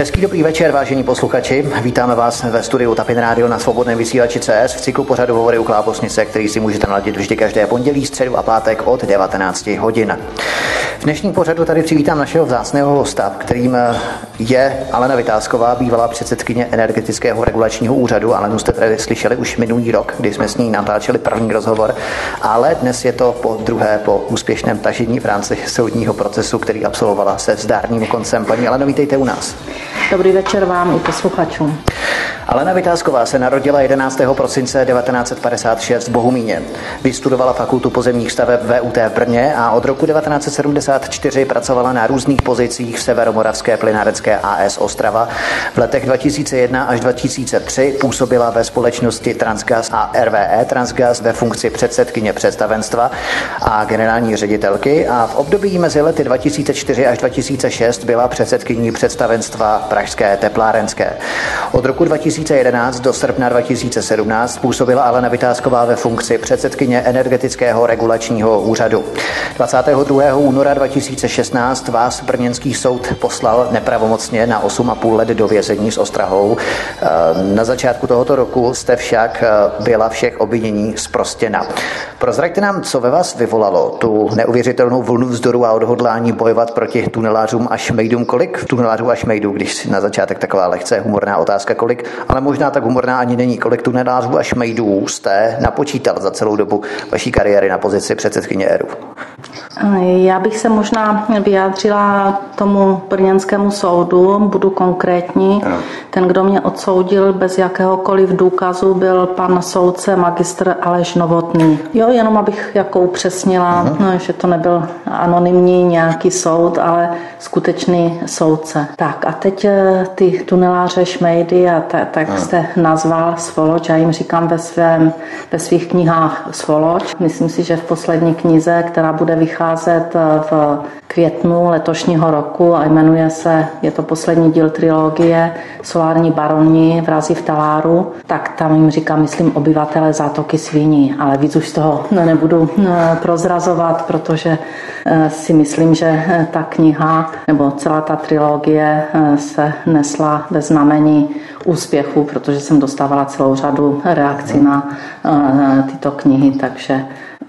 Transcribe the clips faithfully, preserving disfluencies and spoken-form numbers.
Hezký dobrý večer, vážení posluchači. Vítáme vás ve studiu Tapin Radio na Svobodném vysílači C S v cyklu pořadu Hovory u Klábosnice, který si můžete naladit vždy každé pondělí, středu a pátek od devatenáct hodin. V dnešním pořadu tady přivítám našeho vzácného hosta, kterým je Alena Vitásková, bývalá předsedkyně Energetického regulačního úřadu. Alenu jste tady slyšeli už minulý rok, kdy jsme s ní natáčeli první rozhovor, ale dnes je to po druhé po úspěšném tažení v rámci soudního procesu, který absolvovala se zdárným koncem. Paní Aleno, vítejte u nás. Dobrý večer vám i posluchačům. Alena Vitásková se narodila jedenáctého prosince devatenáct set padesát šest v Bohumíně. Vystudovala Fakultu pozemních staveb V U T v Brně a od roku devatenáct set sedmdesát čtyři pracovala na různých pozicích v Severomoravské plynárenské A S Ostrava. V letech dva tisíce jedna až dva tisíce tři působila ve společnosti Transgas a R V E Transgas ve funkci předsedkyně představenstva a generální ředitelky a v období mezi lety dva tisíce čtyři až dva tisíce šest byla předsedkyní představenstva Pražské teplárenské. Od roku dva tisíce jedenáct do srpna dva tisíce sedmnáct působila Alena Vitásková ve funkci předsedkyně Energetického regulačního úřadu. dvacátého druhého února dva tisíce šestnáct vás brněnský soud poslal nepravomocně na osm a půl let do vězení s ostrahou. Na začátku tohoto roku jste však byla všech obvinění zprostěna. Prozraďte nám, co ve vás vyvolalo tu neuvěřitelnou vlnu vzdoru a odhodlání bojovat proti tunelářům a šmejdům. Kolik tunelářů a šmejdů, když na začátek taková lehce humorná otázka, kolik, ale možná tak humorná ani není, kolik tunelářů a šmejdů jste napočítal za celou dobu vaší kariéry na pozici předsedkyně E R U? Já bych se možná vyjádřila tomu brněnskému soudu, budu konkrétní. Ano. Ten, kdo mě odsoudil bez jakéhokoliv důkazu, byl pan soudce magistr Aleš Novotný. Jo, jenom abych jako upřesnila, no, že to nebyl anonymní nějaký soud, ale skutečný soudce. Tak a teď ty tuneláře, šmejdy a ta, tak Ano. jste nazval svoloč, já jim říkám ve, svém, ve svých knihách svoloč. Myslím si, že v poslední knize, která bude vycházet v květnu letošního roku a jmenuje se, je to poslední díl trilogie Solární baroni vrazi v taláru, tak tam jim říkám, myslím, obyvatele Zátoky Svíní, ale víc už z toho nebudu prozrazovat, protože si myslím, že ta kniha nebo celá ta trilogie se nesla ve znamení úspěchu, protože jsem dostávala celou řadu reakcí na tyto knihy, takže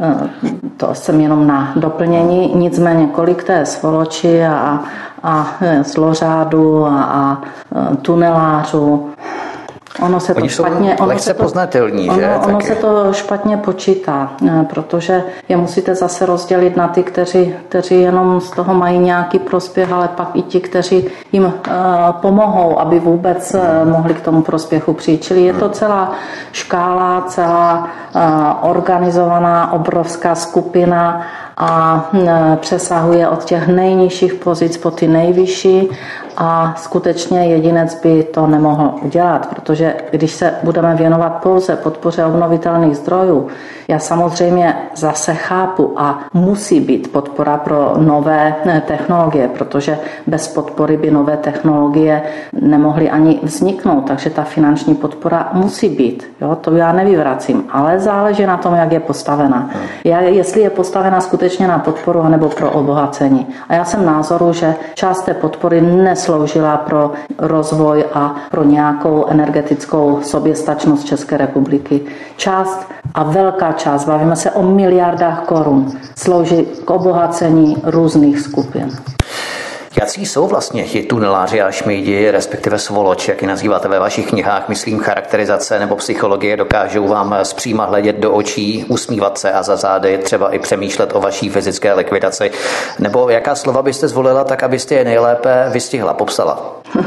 to jsem jenom na doplnění. Nicméně kolik té svoloči a, a zlořádu a, a tunelářů, ono se Oni to špatně, ono se to, poznatelní, ono, že? Ono se to špatně počítá, protože je musíte zase rozdělit na ty, kteří, kteří jenom z toho mají nějaký prospěch, ale pak i ti, kteří jim uh, pomohou, aby vůbec uh, mohli k tomu prospěchu přijít. Čili je to celá škála, celá uh, organizovaná obrovská skupina a uh, přesahuje od těch nejnižších pozic po ty nejvyšší. A skutečně jedinec by to nemohl udělat, protože když se budeme věnovat pouze podpoře obnovitelných zdrojů, já samozřejmě zase chápu a musí být podpora pro nové technologie, protože bez podpory by nové technologie nemohly ani vzniknout, takže ta finanční podpora musí být. Jo, to já nevyvracím, ale záleží na tom, jak je postavena. Já, jestli je postavena skutečně na podporu anebo pro obohacení. A já jsem názoru, že část té podpory nesloužila pro rozvoj a pro nějakou energetickou soběstačnost České republiky. Část a velká část, bavíme se o miliardách korun, slouží k obohacení různých skupin. Jací jsou vlastně ti tuneláři a šmejdi, respektive svoloč, jak ji nazýváte ve vašich knihách, myslím charakterizace nebo psychologie, dokážou vám zpříma hledět do očí, usmívat se a za zády třeba i přemýšlet o vaší fyzické likvidaci? Nebo jaká slova byste zvolila tak, abyste je nejlépe vystihla, popsala?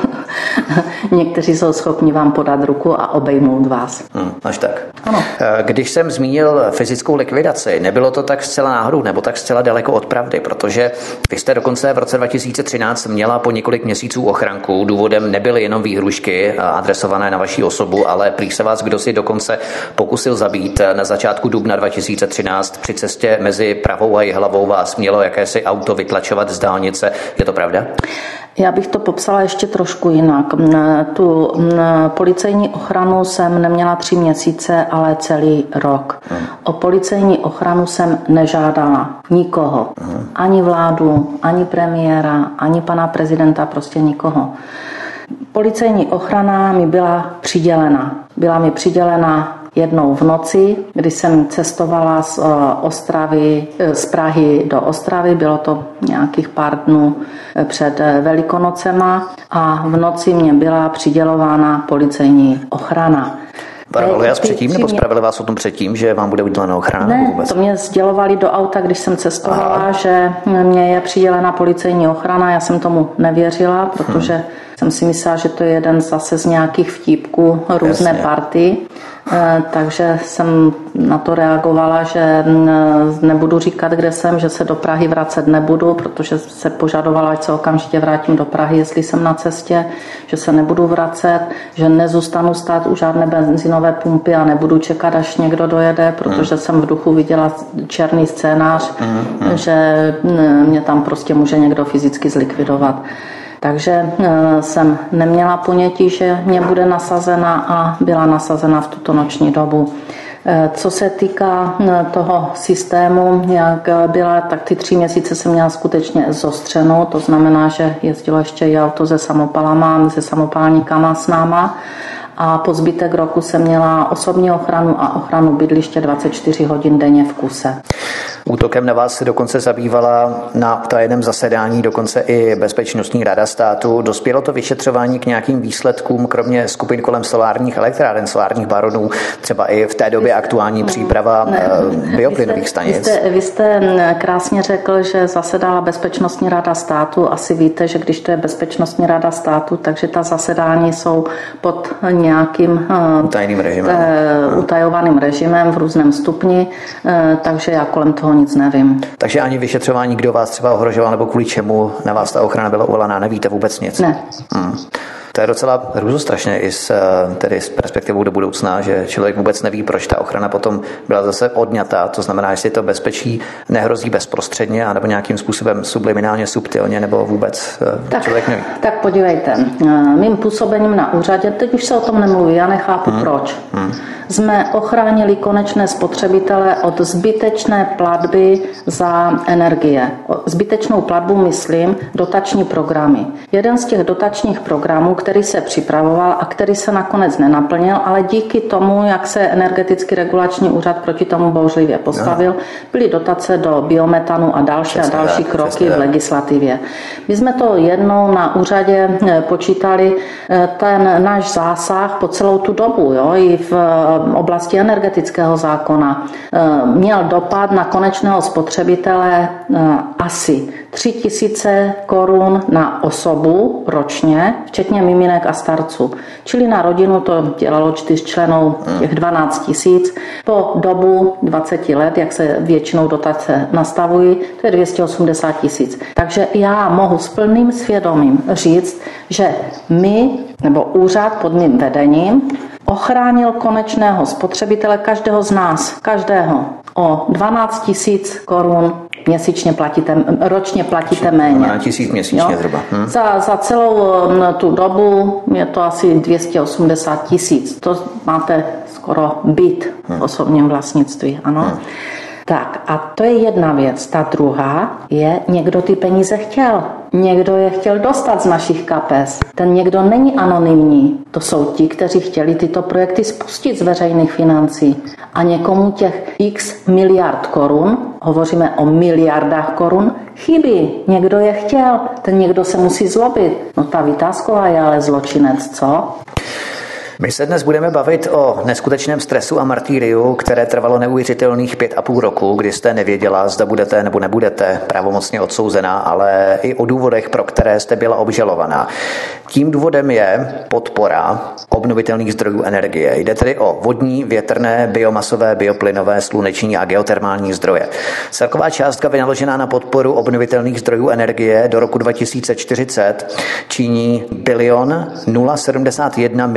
Někteří jsou schopni vám podat ruku a obejmout vás. Hmm, až tak. Ano. Když jsem zmínil fyzickou likvidaci, nebylo to tak zcela náhodou nebo tak zcela daleko od pravdy, protože vy jste dokonce v roce dva tisíce třináct měla po několik měsíců ochranku. Důvodem nebyly jenom výhrušky adresované na vaši osobu, ale prý se vás kdosi dokonce pokusil zabít. Na začátku dubna dva tisíce třináct při cestě mezi Prahou a Jihlavou vás mělo jakési auto vytlačovat z dálnice. Je to pravda? Já bych to popsala ještě trošku jinak. Tu policejní ochranu jsem neměla tři měsíce, ale celý rok. O policejní ochranu jsem nežádala nikoho. Ani vládu, ani premiéra, ani pana prezidenta, prostě nikoho. Policejní ochrana mi byla přidělena. Byla mi přidělena jednou v noci, kdy jsem cestovala z Ostravy, z Prahy do Ostravy, bylo to nějakých pár dnů před Velikonocema a v noci mě byla přidělována policejní ochrana. Varovali vás předtím, nebo spravili vás o tom předtím, že vám bude udělena ochrana? Ne, to mě sdělovali do auta, když jsem cestovala, Aha. že mě je přidělena policejní ochrana. Já jsem tomu nevěřila, protože hmm. jsem si myslela, že to je jeden zase z nějakých vtípků různé Jasně. party. Takže jsem na to reagovala, že nebudu říkat, kde jsem, že se do Prahy vracet nebudu, protože se požadovala, ať se okamžitě vrátím do Prahy, jestli jsem na cestě, že se nebudu vracet, že nezůstanu stát u žádné benzinové pumpy a nebudu čekat, až někdo dojede, protože mm. jsem v duchu viděla černý scénář, mm. že mě tam prostě může někdo fyzicky zlikvidovat. Takže jsem neměla ponětí, že mě bude nasazena a byla nasazena v tuto noční dobu. Co se týká toho systému, jak byla, tak ty tři měsíce jsem měla skutečně zostřenou, to znamená, že jezdilo ještě i auto se samopalama, se samopálníkama s náma. A po zbytek roku jsem měla osobní ochranu a ochranu bydliště dvacet čtyři hodin denně v kuse. Útokem na vás se dokonce zabývala na tajném zasedání dokonce i Bezpečnostní rada státu. Dospělo to vyšetřování k nějakým výsledkům, kromě skupin kolem solárních elektráren, solárních baronů, třeba i v té době aktuální příprava ne, bioplynových stanic? Vy jste, vy jste krásně řekl, že zasedala Bezpečnostní rada státu. Asi víte, že když to je Bezpečnostní rada státu, takže ta zasedání jsou pod nějakým utajným režimem. utajovaným režimem v různém stupni, takže já kolem toho nic nevím. Takže ani vyšetřování, kdo vás třeba ohrožoval nebo kvůli čemu na vás ta ochrana byla uvalená, nevíte vůbec nic? Ne. Hmm. To je docela hrůzostrašné i s, tedy s perspektivou do budoucna, že člověk vůbec neví, proč ta ochrana potom byla zase odňatá. To znamená, jestli to bezpečí nehrozí bezprostředně, anebo nějakým způsobem subliminálně, subtilně, nebo vůbec tak, člověk neví. Tak podívejte, mým působením na úřadě, teď už se o tom nemluví, já nechápu hmm. proč. Hmm. Jsme ochránili konečné spotřebitele od zbytečné platby za energie. Zbytečnou platbu myslím dotační programy. Jeden z těch dotačních programů, který se připravoval a který se nakonec nenaplnil, ale díky tomu, jak se energetický regulační úřad proti tomu bouřlivě postavil, no. byly dotace do biometanu a další přesně a další tak, kroky v legislativě. My jsme to jednou na úřadě počítali, ten náš zásah po celou tu dobu, jo, i v oblasti energetického zákona měl dopad na konečného spotřebitele asi tři tisíce korun na osobu ročně, včetně miminek a starců. Čili na rodinu to dělalo čtyřčlenou těch dvanáct tisíc. Po dobu dvacet let, jak se většinou dotace nastavují, to je dvě stě osmdesát tisíc. Takže já mohu s plným svědomím říct, že my, nebo úřad pod mým vedením, ochránil konečného spotřebitele, každého z nás, každého, o dvanáct tisíc korun měsíčně platíte, ročně platíte méně. dvanáct tisíc měsíčně zhruba. Hm. Za, za celou tu dobu je to asi dvě stě osmdesát tisíc. To máte skoro byt hm. v osobním vlastnictví, ano. Hm. Tak a to je jedna věc. Ta druhá je, někdo ty peníze chtěl. Někdo je chtěl dostat z našich kapes. Ten někdo není anonymní. To jsou ti, kteří chtěli tyto projekty spustit z veřejných financí. A někomu těch x miliard korun, hovoříme o miliardách korun, chybí. Někdo je chtěl. Ten někdo se musí zlobit. No ta Vitásková je ale zločinec, co? My se dnes budeme bavit o neskutečném stresu a martýriu, které trvalo neuvěřitelných pět a půl roku, kdy jste nevěděla, zda budete nebo nebudete pravomocně odsouzená, ale i o důvodech, pro které jste byla obžalovaná. Tím důvodem je podpora obnovitelných zdrojů energie. Jde tedy o vodní, větrné, biomasové, bioplynové, sluneční a geotermální zdroje. Celková částka vynaložená na podporu obnovitelných zdrojů energie do roku dva tisíce čtyřicet činí bilion nula sedmdesát jedna miliard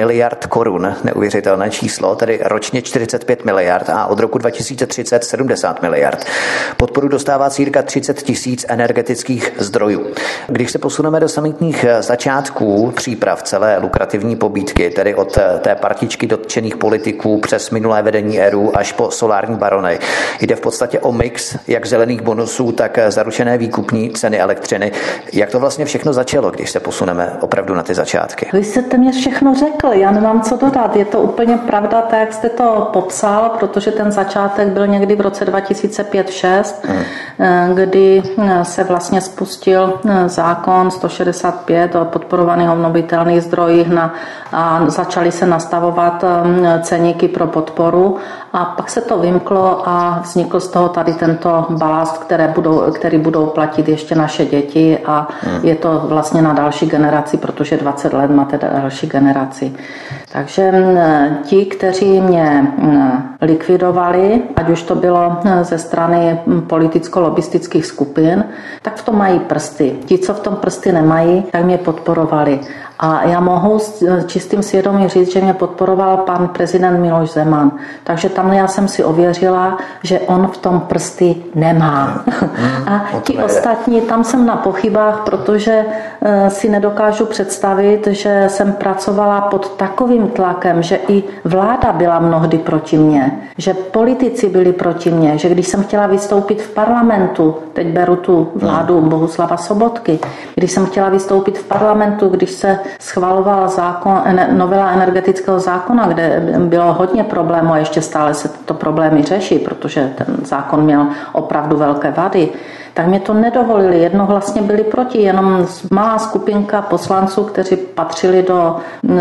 korun, neuvěřitelné číslo, tedy ročně čtyřicet pět miliard a od roku dva tisíce třicet sedmdesát miliard. Podporu dostává cirka třicet tisíc energetických zdrojů. Když se posuneme do samotných začátků příprav celé lukrativní pobídky, tedy od té partičky dotčených politiků přes minulé vedení ERÚ až po solární barony, jde v podstatě o mix jak zelených bonusů, tak zaručené výkupní ceny elektřiny. Jak to vlastně všechno začalo, když se posuneme opravdu na ty začátky? Vy jste téměř všechno řekl, já nemám co dodat. Je to úplně pravda, tak jak jste to popsal, protože ten začátek byl někdy v roce dva tisíce pět šest, hmm. kdy se vlastně spustil zákon sto šedesát pět o podporovaných obnovitelných zdrojích na, a začaly se nastavovat ceníky pro podporu a pak se to vymklo a vznikl z toho tady tento balast, které budou, který budou platit ještě naše děti a hmm. je to vlastně na další generaci, protože dvacet let máte další generaci. Takže ti, kteří mě likvidovali, ať už to bylo ze strany politicko-lobistických skupin, tak v tom mají prsty. Ti, co v tom prsty nemají, tak mě podporovali. A já mohu s čistým svědomím říct, že mě podporoval pan prezident Miloš Zeman. Takže tam já jsem si ověřila, že on v tom prsty nemá. A ti ostatní, tam jsem na pochybách, protože si nedokážu představit, že jsem pracovala pod takovým tlakem, že i vláda byla mnohdy proti mně, že politici byli proti mně, že když jsem chtěla vystoupit v parlamentu, teď beru tu vládu Bohuslava Sobotky, když jsem chtěla vystoupit v parlamentu, když se schvalovala zákon, novela energetického zákona, kde bylo hodně problémů a ještě stále se to problémy řeší, protože ten zákon měl opravdu velké vady, tak mě to nedovolili. Jednohlasně byli proti, jenom malá skupinka poslanců, kteří patřili do,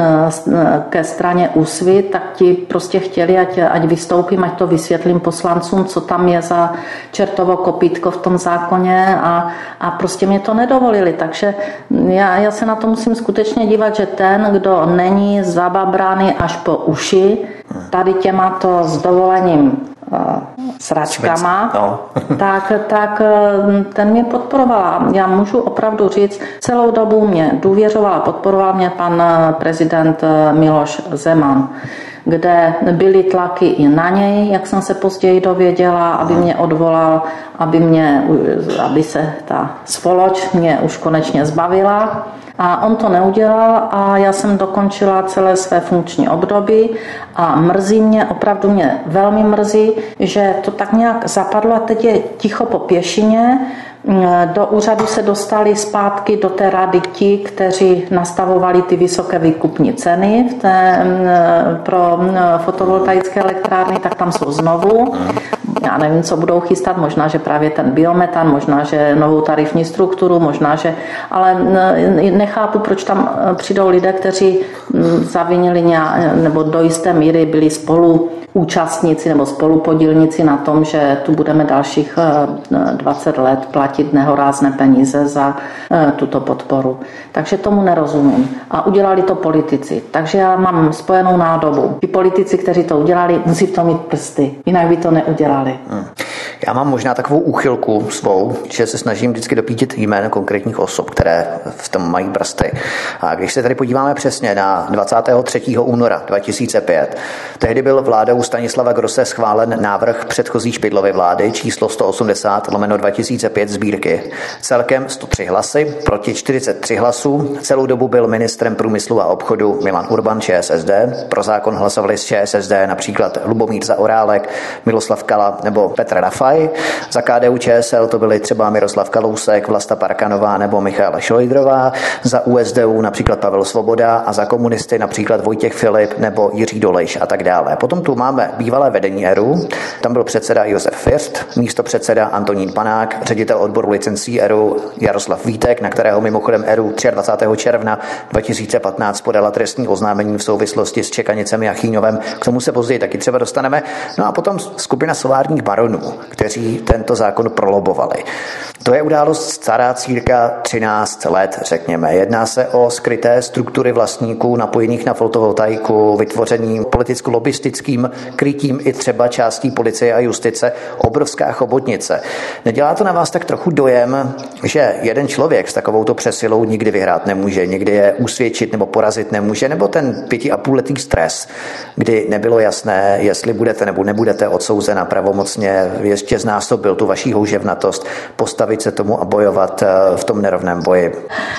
ke straně Úsvit, tak ti prostě chtěli, ať, ať vystoupím, ať to vysvětlím poslancům, co tam je za čertovo kopítko v tom zákoně a, a prostě mě to nedovolili. Takže já, já se na to musím skutečně dívat, že ten, kdo není zababraný až po uši, tady těma to s dovolením sračkama, no. tak, tak ten mě podporoval. Já můžu opravdu říct, celou dobu mě důvěřoval, podporoval mě pan prezident Miloš Zeman, kde byly tlaky i na něj, jak jsem se později dověděla, aby mě odvolal, aby, mě, aby se ta spoloč mě už konečně zbavila. A on to neudělal a já jsem dokončila celé své funkční období a mrzí mě, opravdu mě velmi mrzí, že to tak nějak zapadlo a teď je ticho po pěšině. Do úřadu se dostali zpátky do té rady ti, kteří nastavovali ty vysoké výkupní ceny v té, pro fotovoltaické elektrárny, tak tam jsou znovu. Já nevím, co budou chystat, možná, že právě ten biometan, možná, že novou tarifní strukturu, možná, že... Ale nechápu, proč tam přijdou lidé, kteří zavinili nějak, nebo do jisté míry byli spolu účastníci nebo spolupodílníci na tom, že tu budeme dalších dvacet let platit nehorázné peníze za tuto podporu. Takže tomu nerozumím. A udělali to politici. Takže já mám spojenou nádobu. Ti politici, kteří to udělali, musí v tom mít prsty. Jinak by to neudělali. Hmm. Já mám možná takovou úchylku svou, že se snažím vždycky dopítit jméno konkrétních osob, které v tom mají prsty. A když se tady podíváme přesně na dvacátého třetího února dva tisíce pět, tehdy byl vládou Stanislava Grosse schválen návrh předchozí Špidlovy vlády číslo sto osmdesát lomeno dva tisíce pět sbírky. Celkem sto tři hlasy proti čtyřicet tři hlasů. Celou dobu byl ministrem průmyslu a obchodu Milan Urban ČSSD. Pro zákon hlasovali z ČSSD například Lubomír Zaorálek, Miloslav Kala nebo Petr Rafaj. Za K D U Č S L to byli třeba Miroslav Kalousek, Vlasta Parkanová nebo Michaela Šojdrová, za U S D U například Pavel Svoboda a za komunisty například Vojtěch Filip nebo Jiří Dolejš a tak dále. Potom tu máme bývalé vedení ERÚ, tam byl předseda Josef First, místo předseda Antonín Panák, ředitel odboru licencí ERÚ Jaroslav Vítek, na kterého mimochodem ERÚ dvacátého třetího června dva tisíce patnáct podala trestní oznámení v souvislosti s Čekanicemi a Chýňovem. K tomu se později taky třeba dostaneme. No a potom skupina solárních baronů, kteří tento zákon prolobovali. To je událost stará cirka třináct let, řekněme. Jedná se o skryté struktury vlastníků napojených na fotovoltaiku, vytvoření politicko-lobistickým krytím i třeba částí policie a justice, obrovská chobotnice. Nedělá to na vás tak trochu dojem, že jeden člověk s takovouto přesilou nikdy vyhrát nemůže, nikdy je usvědčit nebo porazit nemůže, nebo ten pěti a půlletý stres, kdy nebylo jasné, jestli budete nebo nebudete odsouzena pravomocně, ještě znásobil tu vaší houževnatost, postavit se tomu a bojovat v tom nerovném boji.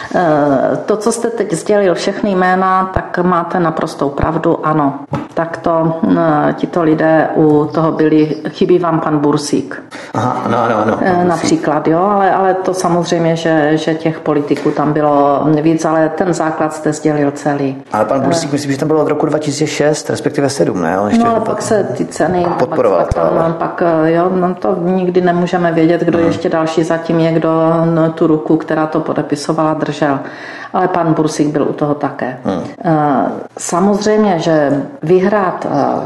To, co jste teď sdělil všechny jména, tak máte naprostou pravdu, ano. Tak to tito lidé u toho byli, chybí vám pan Bursík. Aha, ano, ano, ano. Například, jo, ale, ale to samozřejmě, že, že těch politiků tam bylo víc, ale ten základ jste sdělil celý. Ale pan Bursík, myslím, že tam bylo od roku dva tisíce šest, respektive sedm, ne? On ještě no, ale pak se ty ceny podporoval. Pak, tam, pak, jo, no to nikdy nemůžeme vědět, kdo hmm. ještě další zatím je, kdo no, tu ruku, která to podepisovala, držel. Ale pan Bursík byl u toho také. Hmm. Samozřejmě, že vyhrát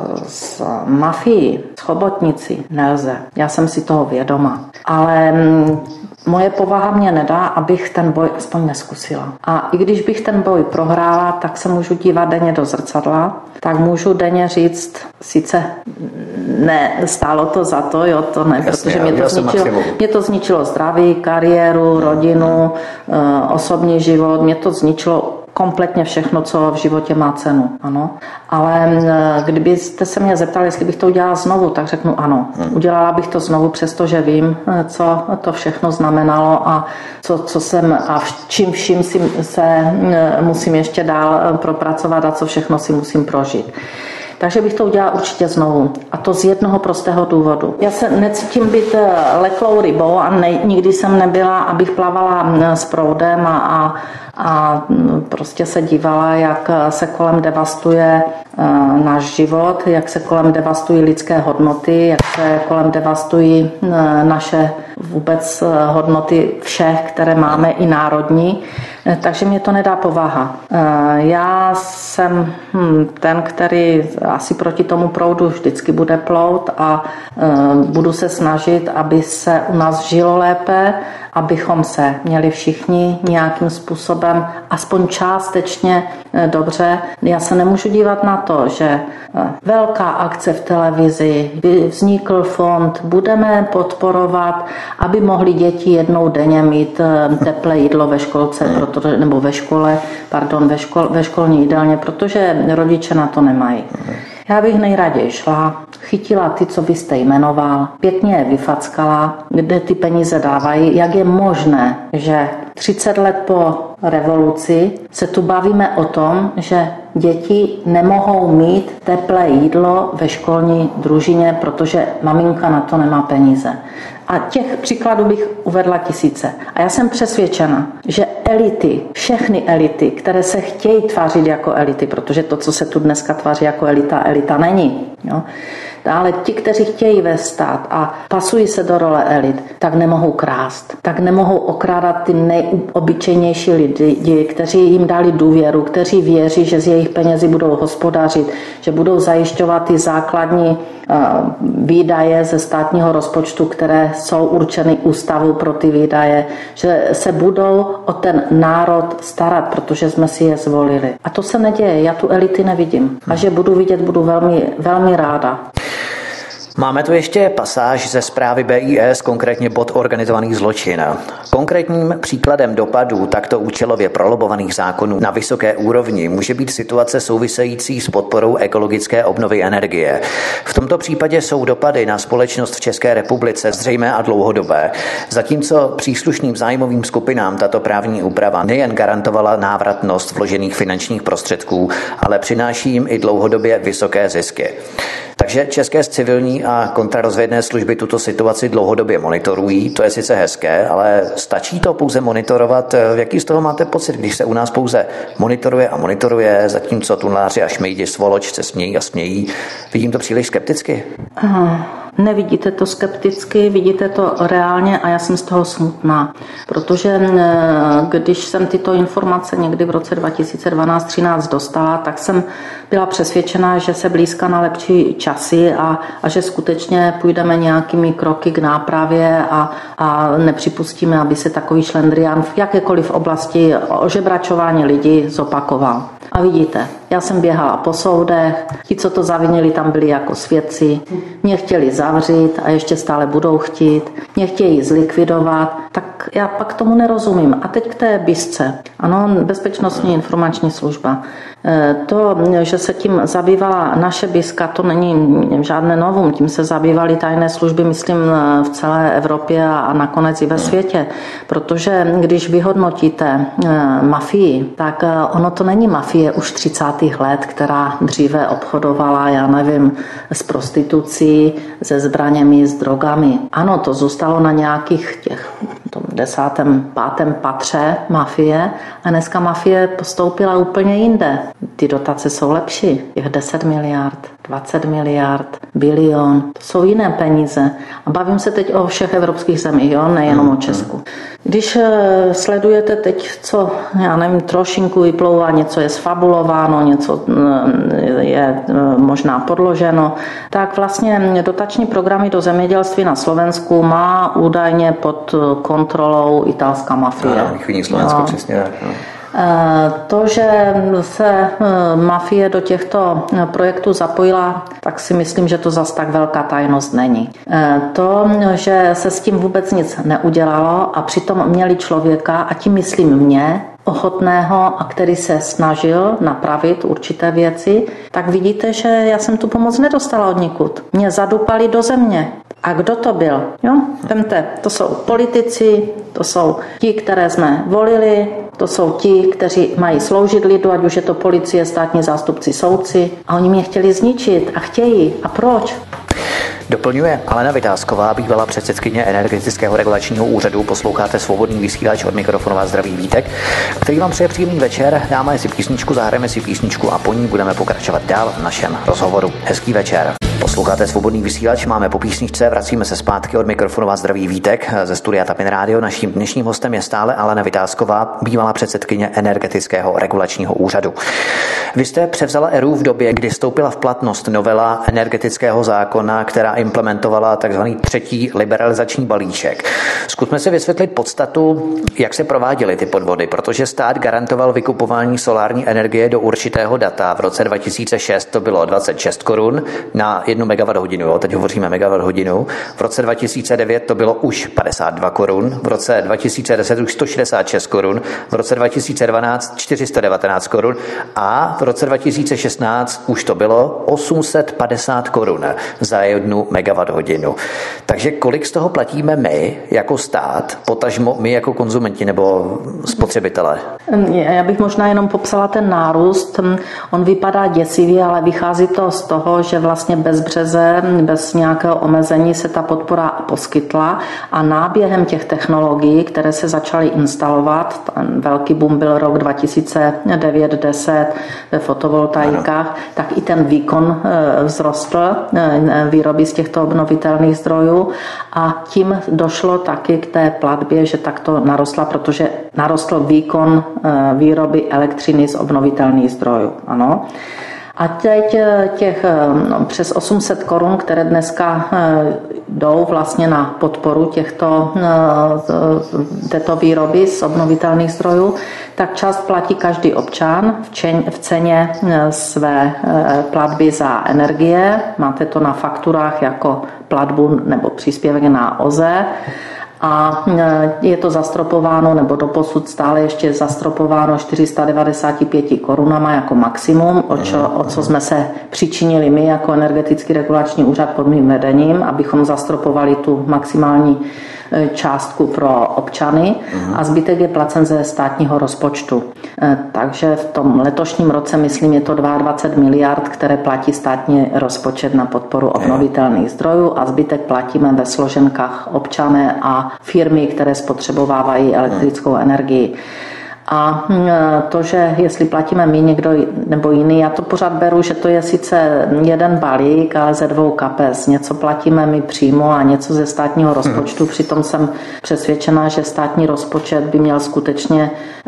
s mafií, s chobotnicí nelze. Já jsem si toho vědoma. Ale moje povaha mě nedá, abych ten boj aspoň neskusila. A i když bych ten boj prohrála, tak se můžu dívat denně do zrcadla, tak můžu denně říct, sice ne, stálo to za to, jo, to ne, Jasně, protože mě to, zničilo, mě to zničilo zdraví, kariéru, rodinu, osobní život, mě to zničilo kompletně všechno, co v životě má cenu, ano. Ale kdybyste se mě zeptali, jestli bych to udělala znovu, tak řeknu ano. Hmm. Udělala bych to znovu, přestože vím, co to všechno znamenalo a co, co jsem a čím vším si se musím ještě dál propracovat a co všechno si musím prožít. Takže bych to udělala určitě znovu. A to z jednoho prostého důvodu. Já se necítím být leklou rybou a ne, nikdy jsem nebyla, abych plavala s proudem a, a, a prostě se dívala, jak se kolem devastuje náš život, jak se kolem devastují lidské hodnoty, jak se kolem devastují naše vůbec hodnoty všech, které máme, i národní. Takže mě to nedá povaha. Já jsem ten, který asi proti tomu proudu vždycky bude plout a budu se snažit, aby se u nás žilo lépe, abychom se měli všichni nějakým způsobem aspoň částečně dobře. Já se nemůžu dívat na to, že velká akce v televizi, vznikl fond, budeme podporovat, aby mohli děti jednou denně mít teplé jídlo ve školce, protože, nebo ve škole, pardon, ve, škol, ve školní jídelně, protože rodiče na to nemají. Já bych nejraději šla, chytila ty, co byste jmenoval, pěkně je vyfackala, kde ty peníze dávají, jak je možné, že třicet let po revoluci se tu bavíme o tom, že děti nemohou mít teplé jídlo ve školní družině, protože maminka na to nemá peníze. A těch příkladů bych uvedla tisíce. A já jsem přesvědčena, že elity, všechny elity, které se chtějí tvářit jako elity, protože to, co se tu dneska tváří jako elita, elita není. Jo? Ale ti, kteří chtějí vést stát a pasují se do role elit, tak nemohou krást. Tak nemohou okrádat ty nejobyčejnější lidi, kteří jim dali důvěru, kteří věří, že z jejich penězi budou hospodařit, že budou zajišťovat ty základní výdaje ze státního rozpočtu, které jsou určeny ústavou pro ty výdaje, že se budou o ten národ starat, protože jsme si je zvolili. A to se neděje, já tu elity nevidím. A že budu vidět, budu velmi, velmi ráda. Máme tu ještě pasáž ze zprávy B I S, konkrétně bod organizovaný zločin. Konkrétním příkladem dopadů takto účelově prolobovaných zákonů na vysoké úrovni může být situace související s podporou ekologické obnovy energie. V tomto případě jsou dopady na společnost v České republice zřejmé a dlouhodobé. Zatímco příslušným zájmovým skupinám tato právní úprava nejen garantovala návratnost vložených finančních prostředků, ale přináší jim i dlouhodobě vysoké zisky. Takže české civilní a kontrarozvědné služby tuto situaci dlouhodobě monitorují, to je sice hezké, ale stačí to pouze monitorovat? Jaký z toho máte pocit, když se u nás pouze monitoruje a monitoruje, zatímco tunláři a šmejdi svoloč se smějí a smějí? Vidím to příliš skepticky? Nevidíte to skepticky, vidíte to reálně a já jsem z toho smutná, protože když jsem tyto informace někdy v roce dva tisíce dvanáct třináct dostala, tak jsem byla přesvědčená, že se blízká na lepší časy a, a že skutečně půjdeme nějakými kroky k nápravě a, a nepřipustíme, aby se takový šlendrián v jakékoliv oblasti ožebračování lidí zopakoval. A vidíte, já jsem běhala po soudech, ti, co to zavinili, tam byli jako svědci, mě chtěli zavřít a ještě stále budou chtít, mě chtějí zlikvidovat, tak já pak tomu nerozumím. A teď k té BISce, ano, Bezpečnostní informační služba. To, že se tím zabývala naše BISka, to není žádné novum, tím se zabývaly tajné služby, myslím, v celé Evropě a nakonec i ve světě, protože když vyhodnotíte mafii, tak ono to není mafie už třicátých let, která dříve obchodovala, já nevím, s prostitucí, se zbraněmi, s drogami. Ano, to zůstalo na nějakých těch tom desátém, pátém patře mafie a dneska mafie postoupila úplně jinde. Ty dotace jsou lepší, těch deset miliard, dvacet miliard, bilion, to jsou jiné peníze. A bavím se teď o všech evropských zemích, jo? Nejenom o Česku. Když sledujete teď, co, já nevím, trošinku vyplouvá, něco je sfabulováno, něco je možná podloženo, tak vlastně dotační programy do zemědělství na Slovensku má údajně pod kontrolou italská mafie. Ano, východní Slovensko, no. Přesně tak. No. To, že se mafie do těchto projektů zapojila, tak si myslím, že to zas tak velká tajnost není. To, že se s tím vůbec nic neudělalo a přitom měli člověka, a tím myslím mě, ochotného a který se snažil napravit určité věci, tak vidíte, že já jsem tu pomoc nedostala od nikud. Mě zadupali do země. A kdo to byl? Jo? Vemte, to jsou politici, to jsou ti, které jsme volili, to jsou ti, kteří mají sloužit lidu, ať už je to policie, státní zástupci, soudci. A oni mě chtěli zničit a chtějí. A proč? Doplňuje Alena Vitásková, bývalá předsedkyně Energetického regulačního úřadu. Posloucháte Svobodný vysílač, od mikrofonu vás zdraví Vítek, který vám přeje příjemný večer. Dáme si písničku, zahrajeme si písničku a po ní budeme pokračovat dál v našem rozhovoru. Hezký večer. Posloucháte Svobodný vysílač, máme po písničce, vracíme se zpátky, od mikrofonu vás zdraví Vítek ze studia Tapin Radio. Naším dnešním hostem je stále Alena Vitásková, bývalá předsedkyně Energetického regulačního úřadu. Vy jste převzala E R U v době, kdy vstoupila v platnost novela energetického zákona, která implementovala takzvaný třetí liberalizační balíček. Zkusme si vysvětlit podstatu, jak se prováděly ty podvody, protože stát garantoval vykupování solární energie do určitého data. V roce dva tisíce šest to bylo dvacet šest korun na jednu megawatt hodinu, jo? Teď hovoříme megawatt hodinu. V roce dva tisíce devět to bylo už padesát dva korun, v roce dva tisíce deset už sto šedesát šest korun, v roce dva tisíce dvanáct čtyři sta devatenáct korun a v roce dva tisíce šestnáct už to bylo osm set padesát korun za jednu megawatt hodinu. Takže kolik z toho platíme my jako stát, potažmo my jako konzumenti nebo spotřebitelé? Já bych možná jenom popsala ten nárůst. On vypadá děsivě, ale vychází to z toho, že vlastně bez březe, bez nějakého omezení se ta podpora poskytla a náběhem těch technologií, které se začaly instalovat, ten velký boom byl rok dva tisíce devět deset ve fotovoltaikách, ano. Tak i ten výkon vzrostl výroby z těchto obnovitelných zdrojů a tím došlo taky k té platbě, že takto narostla, protože narostl výkon výroby elektřiny z obnovitelných zdrojů. Ano. A teď těch no, přes osm set korun, které dneska jdou vlastně na podporu těchto, této výroby z obnovitelných zdrojů, tak část platí každý občan v ceně své platby za energie. Máte to na fakturách jako platbu nebo příspěvek na O Z E. A je to zastropováno, nebo doposud stále ještě zastropováno čtyři sta devadesát pět korunama jako maximum, o, čo, o co jsme se přičinili my jako Energetický regulační úřad pod mým vedením, abychom zastropovali tu maximální částku pro občany a zbytek je placen ze státního rozpočtu. Takže v tom letošním roce, myslím, je to dvacet dva miliard, které platí státní rozpočet na podporu obnovitelných zdrojů a zbytek platíme ve složenkách občané a firmy, které spotřebovávají elektrickou energii. A to, že jestli platíme my někdo nebo jiný, já to pořád beru, že to je sice jeden balík, ale ze dvou kapes. Něco platíme my přímo a něco ze státního rozpočtu. Přitom jsem přesvědčená, že státní rozpočet by měl skutečně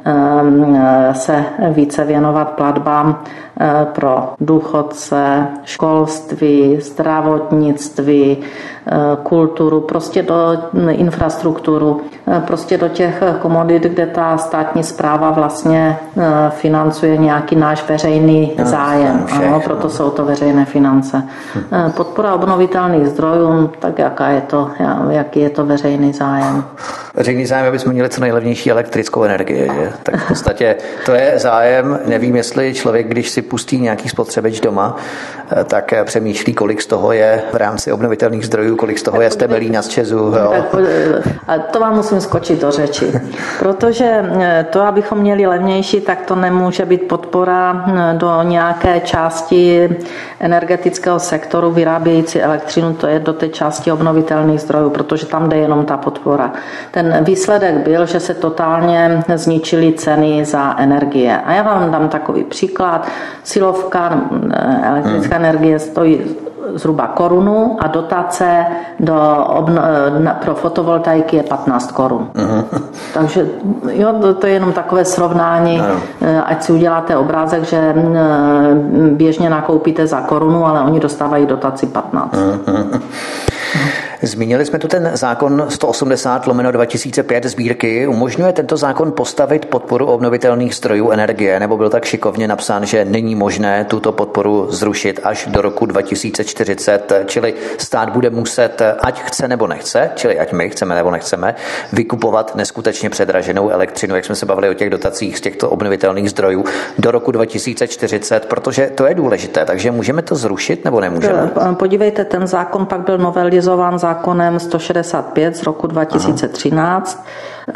se více věnovat platbám pro důchodce, školství, zdravotnictví, kulturu, prostě do infrastrukturu, prostě do těch komodit, kde ta státní správa vlastně financuje nějaký náš veřejný zájem. Ano, proto jsou to veřejné finance. Podpora obnovitelných zdrojů, tak jaká je to, jaký je to veřejný zájem? Veřejný zájem, aby jsme měli co nejlevnější elektrickou energii. Že? Tak v podstatě to je zájem. Nevím, jestli člověk, když si pustí nějaký spotřebič doma, tak přemýšlí, kolik z toho je v rámci obnovitelných zdrojů, kolik z toho je z Temelína, z Česu. Jo? Tak, to vám musím skočit do řeči. Protože to, abychom měli levnější, tak to nemůže být podpora do nějaké části energetického sektoru vyrábějící elektřinu, to je do té části obnovitelných zdrojů, protože tam jde jenom ta podpora. Ten výsledek byl, že se totálně zničily ceny za energie. A já vám dám takový příklad. Silovka, elektrická hmm. energie stojí zhruba korunu a dotace do obno, pro fotovoltaiky je patnáct korun. Uh-huh. Takže jo, to, to je jenom takové srovnání, uh-huh. ať si uděláte obrázek, že běžně nakoupíte za korunu, ale oni dostávají dotaci patnáct. Uh-huh. Zmínili jsme tu ten zákon sto osmdesát lomeno dva tisíce pět sbírky. Umožňuje tento zákon postavit podporu obnovitelných zdrojů energie, nebo byl tak šikovně napsán, že není možné tuto podporu zrušit až do roku dva tisíce čtyřicet, čili stát bude muset, ať chce nebo nechce, čili ať my chceme nebo nechceme, vykupovat neskutečně předraženou elektřinu, jak jsme se bavili o těch dotacích z těchto obnovitelných zdrojů do roku dva tisíce čtyřicet, protože to je důležité, takže můžeme to zrušit nebo nemůžeme? Podívejte, ten zákon pak byl novelizován zákonem sto šedesát pět z roku dva tisíce třináct,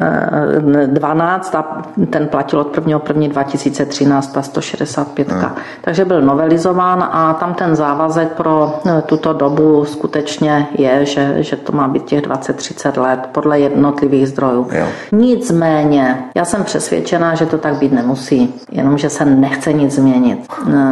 dvanáct a ten platil od prvního prvního dva tisíce třináct a sto šedesát pět. Hmm. Takže byl novelizován a tam ten závazek pro tuto dobu skutečně je, že, že to má být těch dvacet třicet let podle jednotlivých zdrojů. Jo. Nicméně, já jsem přesvědčená, že to tak být nemusí, jenomže se nechce nic změnit.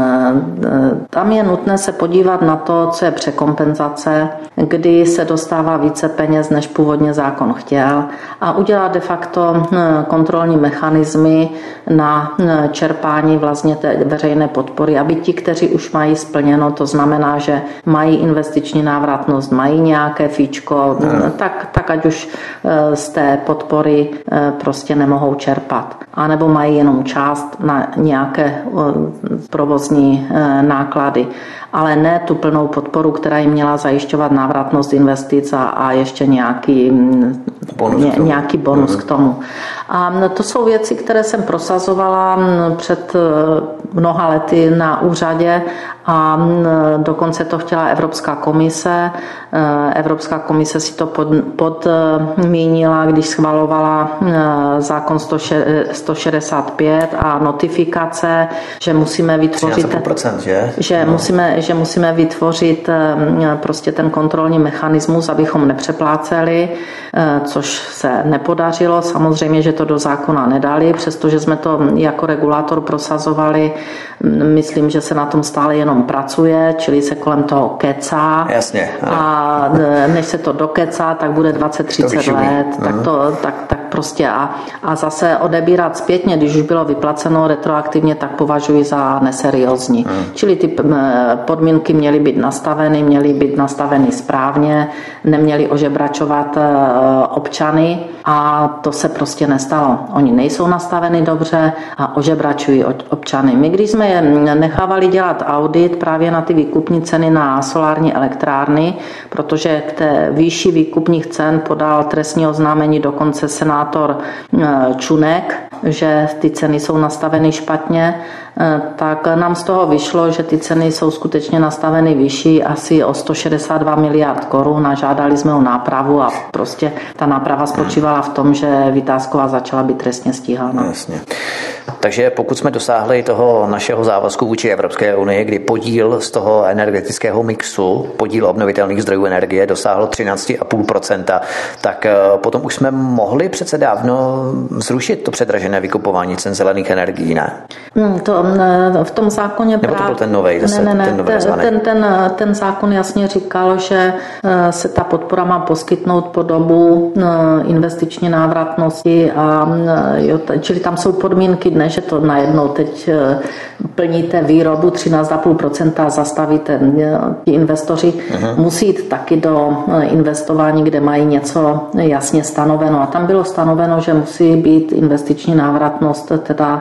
Tam je nutné se podívat na to, co je překompenzace, kdy se dostává více peněz, než původně zákon chtěl, a udělat de facto kontrolní mechanismy na čerpání vlastně té veřejné podpory, aby ti, kteří už mají splněno, to znamená, že mají investiční návratnost, mají nějaké fíčko, tak, tak ať už z té podpory prostě nemohou čerpat. A nebo mají jenom část na nějaké provozní náklady, ale ne tu plnou podporu, která jim měla zajišťovat návratnost investic a, a ještě nějaký bonus, ně, nějaký bonus k tomu. A to jsou věci, které jsem prosazovala před mnoha lety na úřadě a dokonce to chtěla Evropská komise. Evropská komise si to podmínila, když schvalovala zákon sto šedesát pět a notifikace, že musíme vytvořit třináct procent, že? Že, no. musíme, že musíme vytvořit prostě ten kontrolní mechanismus, abychom nepřepláceli, což se nepodařilo. Samozřejmě, že to do zákona nedali, přestože jsme to jako regulátor prosazovali. Myslím, že se na tom stále jenom pracuje, čili se kolem toho kecá. Jasně. A než se to dokecá, tak bude dvacet třicet let. Tak, to, tak, tak prostě a, a zase odebírat zpětně, když už bylo vyplaceno retroaktivně, tak považuji za neseriózní. Hmm. Čili ty podmínky měly být nastaveny, měly být nastaveny správně, neměly ožebračovat občany a to se prostě nestalo. Oni nejsou nastaveny dobře a ožebračují občany. My, když jsme je nechávali dělat audit právě na ty výkupní ceny na solární elektrárny, protože k té výši výkupních cen podal trestní oznámení dokonce senátor Čunek, že ty ceny jsou nastaveny špatně, tak nám z toho vyšlo, že ty ceny jsou skutečně nastaveny vyšší, asi o sto šedesát dva miliard korun a žádali jsme o nápravu a prostě ta náprava spočívala v tom, že Vitásková začala být trestně stíhána. Jasně. Takže pokud jsme dosáhli toho našeho závazku vůči Evropské unii, kdy podíl z toho energetického mixu, podíl obnovitelných zdrojů energie dosáhl třináct celá pět procenta, tak potom už jsme mohli přece dávno zrušit to předražené vykupování cen zelených energií, ne? Hmm, to, v tom zákoně Nebo to byl ten novej, zase, ne, ne, ten, nový ten, ten, ten, ten zákon jasně říkal, že se ta podpora má poskytnout po dobu investiční návratnosti, a, jo, čili tam jsou podmínky, ne, že to najednou teď plníte výrobu třináct celá pět procenta a zastavíte. Ti investoři uh-huh. musí jít taky do investování, kde mají něco jasně stanoveno. A tam bylo stanoveno, že musí být investiční návratnost teda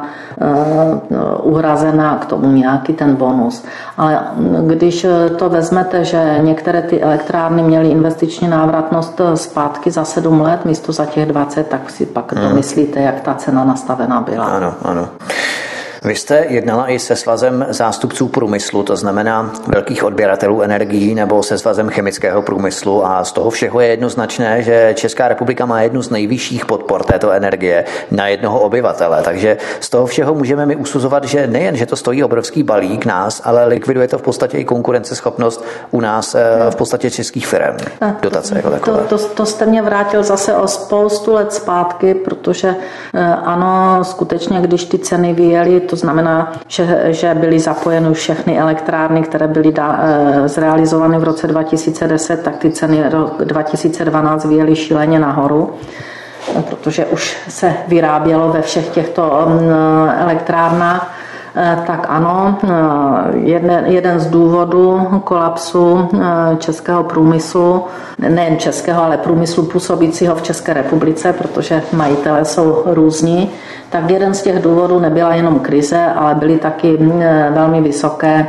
uh, uhrazena k tomu nějaký ten bonus. Ale když to vezmete, že některé ty elektrárny měly investiční návratnost zpátky za sedm let místo za těch dvacet, tak si pak to uh-huh. myslíte, jak ta cena nastavená byla. Ano, ano. Vy jste jednala i se svazem zástupců průmyslu, to znamená velkých odběratelů energií, nebo se svazem chemického průmyslu, a z toho všeho je jednoznačné, že Česká republika má jednu z nejvyšších podpor této energie na jednoho obyvatele. Takže z toho všeho můžeme mi usuzovat, že nejen, že to stojí obrovský balík nás, ale likviduje to v podstatě i konkurenceschopnost u nás v podstatě českých firm. Dotace jako takové. To, to, to jste mě vrátil zase o spoustu let zpátky, protože ano, skutečně, když ty ceny vyjely, to znamená, že, že byly zapojeny všechny elektrárny, které byly da, e, zrealizovány v roce dva tisíce deset, tak ty ceny rok dva tisíce dvanáct vyjely šíleně nahoru, protože už se vyrábělo ve všech těchto e, elektrárnách. Tak ano, jeden, jeden z důvodů kolapsu českého průmyslu, nejen českého, ale průmyslu působícího v České republice, protože majitelé jsou různí, tak jeden z těch důvodů nebyla jenom krize, ale byly taky velmi vysoké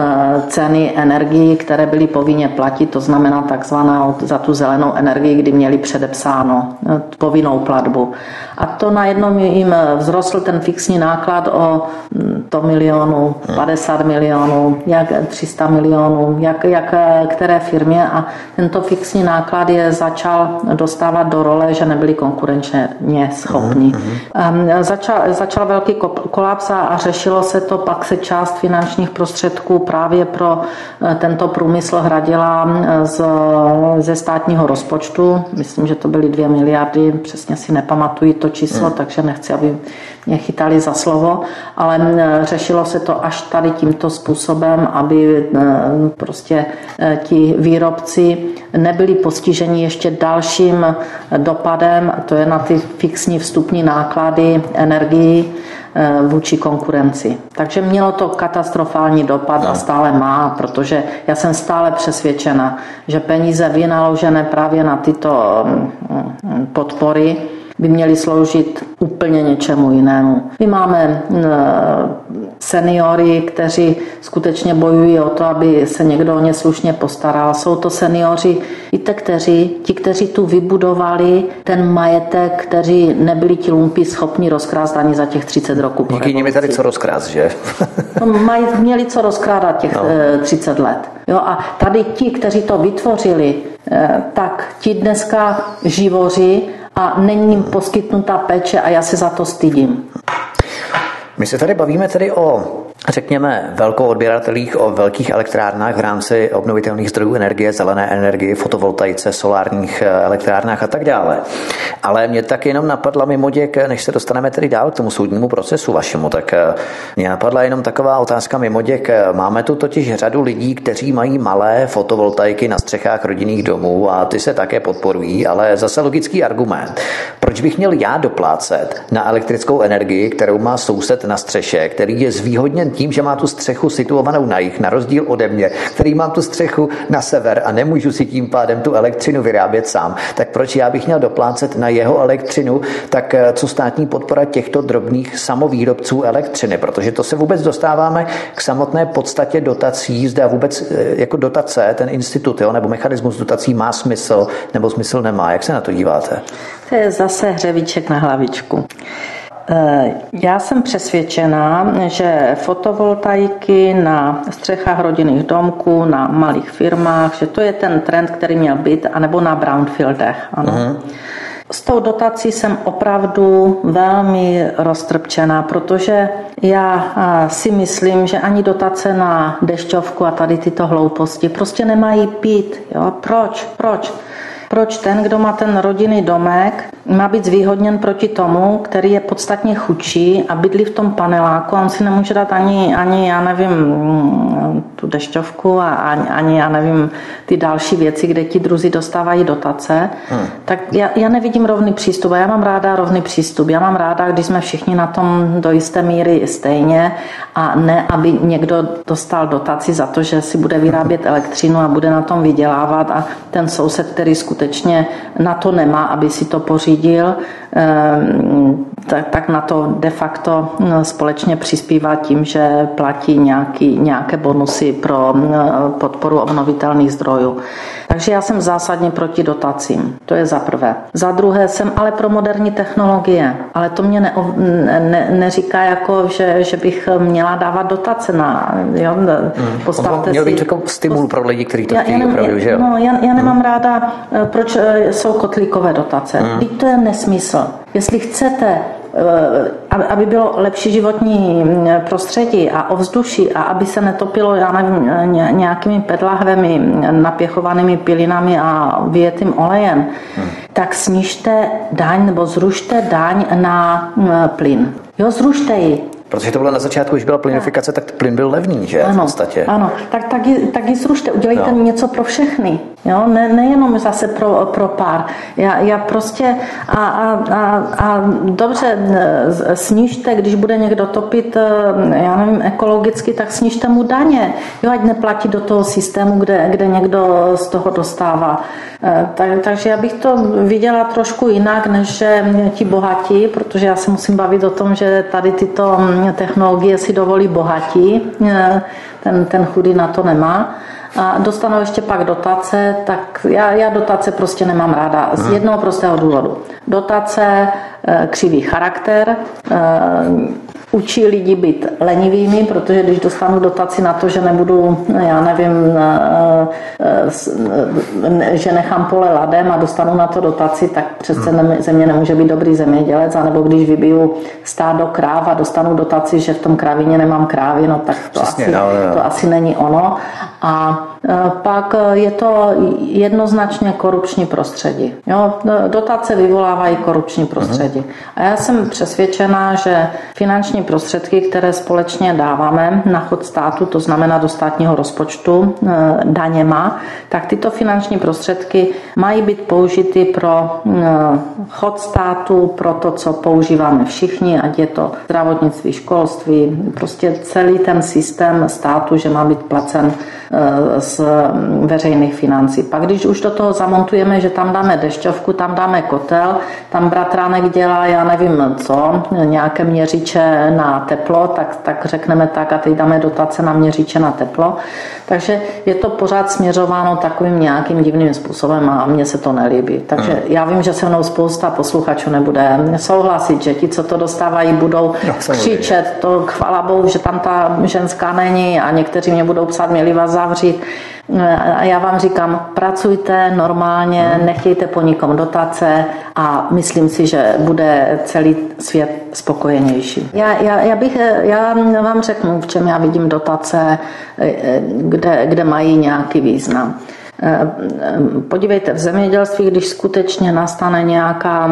ceny energií, které byly povinně platit, to znamená takzvaná za tu zelenou energii, kdy měli předepsáno povinnou platbu. A to najednou jim vzrostl ten fixní náklad o sto milionů, padesát milionů, jak tři sta milionů, jak, jak které firmě, a tento fixní náklad je začal dostávat do role, že nebyli konkurenčně schopní. Mm-hmm. Začal, začal velký kolaps a řešilo se to, pak se část finančních prostředků právě pro tento průmysl hradila z, ze státního rozpočtu. Myslím, že to byly dvě miliardy, přesně si nepamatuji to číslo, mm. takže nechci, aby mě chytali za slovo, ale řešilo se to až tady tímto způsobem, aby prostě ti výrobci nebyli postiženi ještě dalším dopadem, to je na ty fixní vstupní náklady energií vůči konkurenci. Takže mělo to katastrofální dopad a stále má, protože já jsem stále přesvědčena, že peníze vynaložené právě na tyto podpory by měly sloužit úplně něčemu jinému. My máme seniory, kteří skutečně bojují o to, aby se někdo o ně slušně postaral. Jsou to seniori, víte, kteří, ti, kteří tu vybudovali ten majetek, kteří nebyli ti lumpi schopni rozkrást ani za těch třicet roků. Díky nim je tady co rozkrást, že? No, mají, měli co rozkrádat těch no. třicet let. Jo, a tady ti, kteří to vytvořili, tak ti dneska živoří a není jim poskytnutá péče a já se za to stydím. My se tady bavíme tedy o, řekněme, velkoodběratelích, o velkých elektrárnách v rámci obnovitelných zdrojů energie, zelené energie, fotovoltaice, solárních elektrárnách a tak dále. Ale mě tak jenom napadla mimoděk, než se dostaneme tedy dál k tomu soudnímu procesu vašemu, tak mě napadla jenom taková otázka mimoděk. Máme tu totiž řadu lidí, kteří mají malé fotovoltaiky na střechách rodinných domů a ty se také podporují, ale zase logický argument. Proč bych měl já doplácet na elektrickou energii, kterou má soused na střeše, který je zvýhodněn tím, že má tu střechu situovanou na jih, na rozdíl ode mě, který mám tu střechu na sever a nemůžu si tím pádem tu elektřinu vyrábět sám. Tak proč já bych měl doplácet na jeho elektřinu, tak co státní podpora těchto drobných samovýrobců elektřiny, protože to se vůbec dostáváme k samotné podstatě dotací, zda vůbec jako dotace, ten institut, jo, nebo mechanismus dotací má smysl, nebo smysl nemá. Jak se na to díváte? To je zase hřebíček na hlavičku. Já jsem přesvědčená, že fotovoltaiky na střechách rodinných domků, na malých firmách, že to je ten trend, který měl být, anebo na brownfieldech. Ano. Uh-huh. S tou dotací jsem opravdu velmi roztrpčená, protože já si myslím, že ani dotace na dešťovku a tady tyto hlouposti prostě nemají pít. Jo? Proč? Proč? Proč ten, kdo má ten rodinný domek, má být zvýhodněn proti tomu, který je podstatně chudší a bydlí v tom paneláku a on si nemůže dát ani, ani já nevím, tu dešťovku a ani, ani já nevím, ty další věci, kde ti druzí dostávají dotace. Hmm. Tak já, já nevidím rovný přístup a já mám ráda rovný přístup. Já mám ráda, když jsme všichni na tom do jisté míry stejně a ne, aby někdo dostal dotaci za to, že si bude vyrábět elektřinu a bude na tom vydělávat a ten soused, který skutečně na to nemá, aby si to pořídil, tak, tak na to de facto společně přispívá tím, že platí nějaký, nějaké bonusy pro podporu obnovitelných zdrojů. Takže já jsem zásadně proti dotacím. To je za prvé. Za druhé jsem ale pro moderní technologie. Ale to mě ne, ne, neříká, jako, že, že bych měla dávat dotace na... Jo, postavte měl být jako stimul pro lidi, kteří to chtějí opravdu, že jo? No, já, já nemám hmm. ráda, proč jsou kotlíkové dotace. Hmm. Teď to je nesmysl. Jestli chcete, aby bylo lepší životní prostředí a ovzduší a aby se netopilo, já nevím, nějakými pedlahvemi, napěchovanými pilinami a vyjetým olejem, hmm. tak snižte daň nebo zrušte daň na plyn. Jo, zrušte ji. Protože to bylo na začátku, když byla plynifikace, tak plyn byl levný, že? Ano, v podstatě. Ano, tak, tak, ji, tak ji zrušte, udělejte no. něco pro všechny, jo? Ne, nejenom zase pro, pro pár. Já, já prostě a, a, a, a dobře, snižte, když bude někdo topit, já nevím, ekologicky, tak snižte mu daně, jo, ať neplatí do toho systému, kde, kde někdo z toho dostává. Tak, takže já bych to viděla trošku jinak, než že ti bohatí, protože já se musím bavit o tom, že tady tyto technologie si dovolí bohatí, ten, ten chudý na to nemá. A dostanou ještě pak dotace, tak já, já dotace prostě nemám ráda. Z jednoho prostého důvodu. Dotace křivý charakter, učí lidi být lenivými, protože když dostanu dotaci na to, že nebudu, já nevím, že nechám pole ladem a dostanu na to dotaci, tak přece země nemůže být dobrý zemědělec, anebo když vybiju stádo kráv a dostanu dotaci, že v tom kravině nemám krávy, no tak to, Přesně, asi, no, no. to asi není ono. A pak je to jednoznačně korupční prostředí. Jo, dotace vyvolávají korupční prostředí. Uh-huh. A já jsem přesvědčená, že finanční prostředky, které společně dáváme na chod státu, to znamená do státního rozpočtu daněma, tak tyto finanční prostředky mají být použity pro chod státu, pro to, co používáme všichni, ať je to zdravotnictví, školství, prostě celý ten systém státu, že má být placen z veřejných financí. Pak když už do toho zamontujeme, že tam dáme dešťovku, tam dáme kotel, tam bratránek dělá, já nevím co, nějaké měřiče na teplo, tak, tak řekneme tak a teď dáme dotace na měřiče na teplo. Takže je to pořád směřováno takovým nějakým divným způsobem a mně se to nelíbí. Takže hmm. já vím, že se mnou spousta posluchačů nebude souhlasit, že ti, co to dostávají, budou no, křičet, to chvala Bohu, že tam ta ženská není a někteří mě budou psát, měli vás zavřít. A já vám říkám, pracujte normálně, hmm. nechtějte po nikom dotace a myslím si, že bude celý svět spokojenější. Já, já, já, bych, já vám řeknu, v čem já vidím dotace, kde, kde mají nějaký význam. Podívejte, v zemědělství, když skutečně nastane nějaká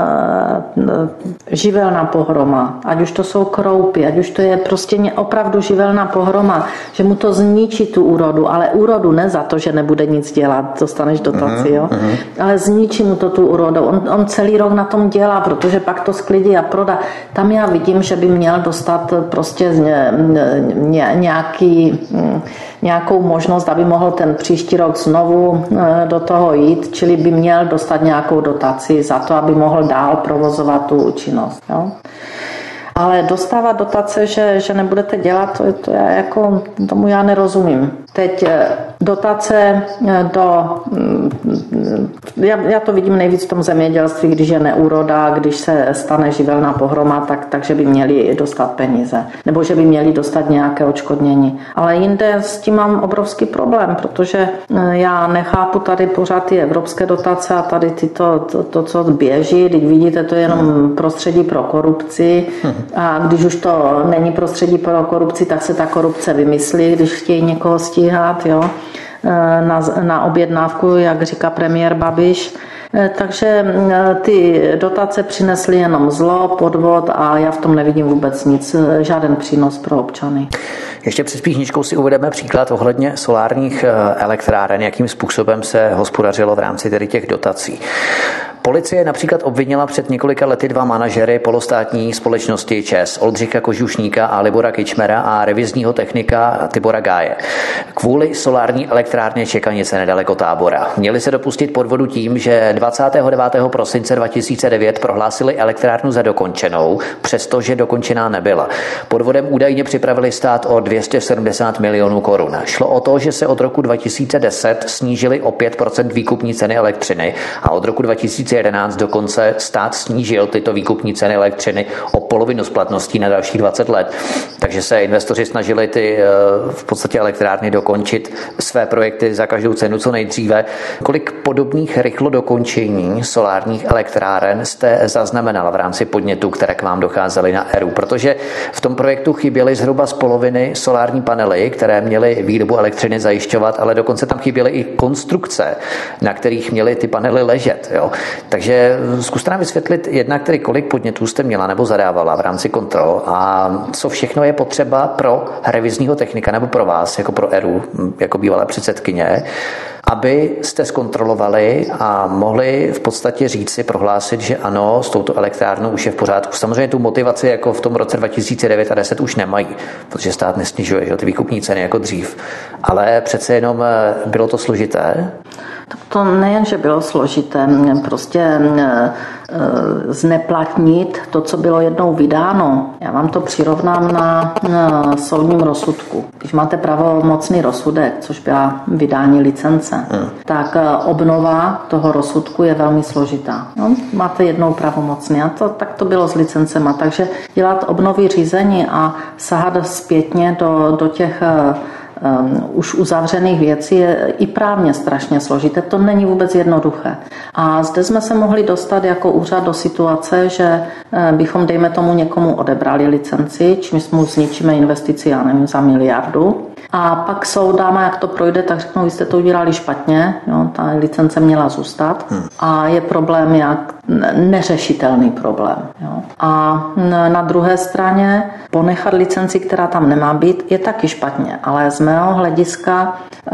živelná pohroma, ať už to jsou kroupy, ať už to je prostě opravdu živelná pohroma, že mu to zničí tu úrodu, ale úrodu ne za to, že nebude nic dělat, dostaneš dotaci, jo? Uh-huh. ale zničí mu to tu úrodu. On, on celý rok na tom dělá, protože pak to sklidí a prodá. Tam já vidím, že by měl dostat prostě nějaký, nějakou možnost, aby mohl ten příští rok znovu do toho jít, čili by měl dostat nějakou dotaci za to, aby mohl dál provozovat tu činnost. Jo? Ale dostávat dotace, že, že nebudete dělat, to, to já jako, tomu já nerozumím. Teď dotace do, já, já to vidím nejvíc v tom zemědělství, když je neúroda, když se stane živelná pohroma, tak, takže by měli dostat peníze, nebo že by měli dostat nějaké odškodnění. Ale jinde s tím mám obrovský problém, protože já nechápu tady pořád ty evropské dotace a tady tyto, to, to, co běží, teď vidíte, to je jenom prostředí pro korupci a když už to není prostředí pro korupci, tak se ta korupce vymyslí, když chtějí někoho stíhat, jo, na, na objednávku, jak říká premiér Babiš. Takže ty dotace přinesly jenom zlo, podvod a já v tom nevidím vůbec nic, žádný přínos pro občany. Ještě před písničkou si uvedeme příklad ohledně solárních elektráren, jakým způsobem se hospodařilo v rámci tedy těch dotací. Policie například obvinila před několika lety dva manažery polostátní společnosti ČEZ, Oldřicha Kožušníka a Libora Kyčmera a revizního technika Tibora Gáje. Kvůli solární elektrárně Čekanice nedaleko Tábora. Měli se dopustit podvodu tím, že dvacátého devátého prosince dva tisíce devět prohlásili elektrárnu za dokončenou, přestože dokončená nebyla. Podvodem údajně připravili stát o dvě stě sedmdesát milionů korun. Šlo o to, že se od roku dva tisíce deset snížily o pět procent výkupní ceny elektřiny a od roku dva tisíce jedenáct dokonce stát snížil tyto výkupní ceny elektřiny o polovinu splatností na dalších dvacet let. Takže se investoři snažili ty v podstatě elektrárny dokončit své projekty za každou cenu co nejdříve. Kolik podobných rychlo dokončení solárních elektráren jste zaznamenala v rámci podnětů, které k vám docházely na ERÚ? Protože v tom projektu chyběly zhruba z poloviny solární panely, které měly výrobu elektřiny zajišťovat, ale dokonce tam chyběly i konstrukce, na kterých měly ty panely ležet. Jo? Takže zkuste nám vysvětlit jednak tedy, kolik podnětů jste měla nebo zadávala v rámci kontrol a co všechno je potřeba pro revizního technika nebo pro vás, jako pro ERÚ, jako bývalé předsedkyně, aby jste zkontrolovali a mohli v podstatě říci, prohlásit, že ano, s touto elektrárnou už je v pořádku. Samozřejmě tu motivaci jako v tom roce dva tisíce devět a deset už nemají, protože stát nesnižuje, že, ty výkupní ceny jako dřív. Ale přece jenom bylo to složité. Tak to nejen, že bylo složité, prostě zneplatnit to, co bylo jednou vydáno. Já vám to přirovnám na, na soudním rozsudku. Když máte pravomocný rozsudek, což byla vydání licence, hmm. tak obnova toho rozsudku je velmi složitá. No, máte jednou pravomocný a to, tak to bylo s licencema. Takže dělat obnovy řízení a sahat zpětně do, do těch Um, už uzavřených věcí je i právně strašně složité. To není vůbec jednoduché. A zde jsme se mohli dostat jako úřad do situace, že bychom, dejme tomu, někomu odebrali licenci, čímž mu zničíme investici, já nevím, za miliardu. A pak soud dáma, jak to projde, tak řeknou, vy jste to udělali špatně, jo, ta licence měla zůstat. Hmm. A je problém, jak neřešitelný problém. Jo. A na druhé straně ponechat licenci, která tam nemá být, je taky špatně. Ale z mého hlediska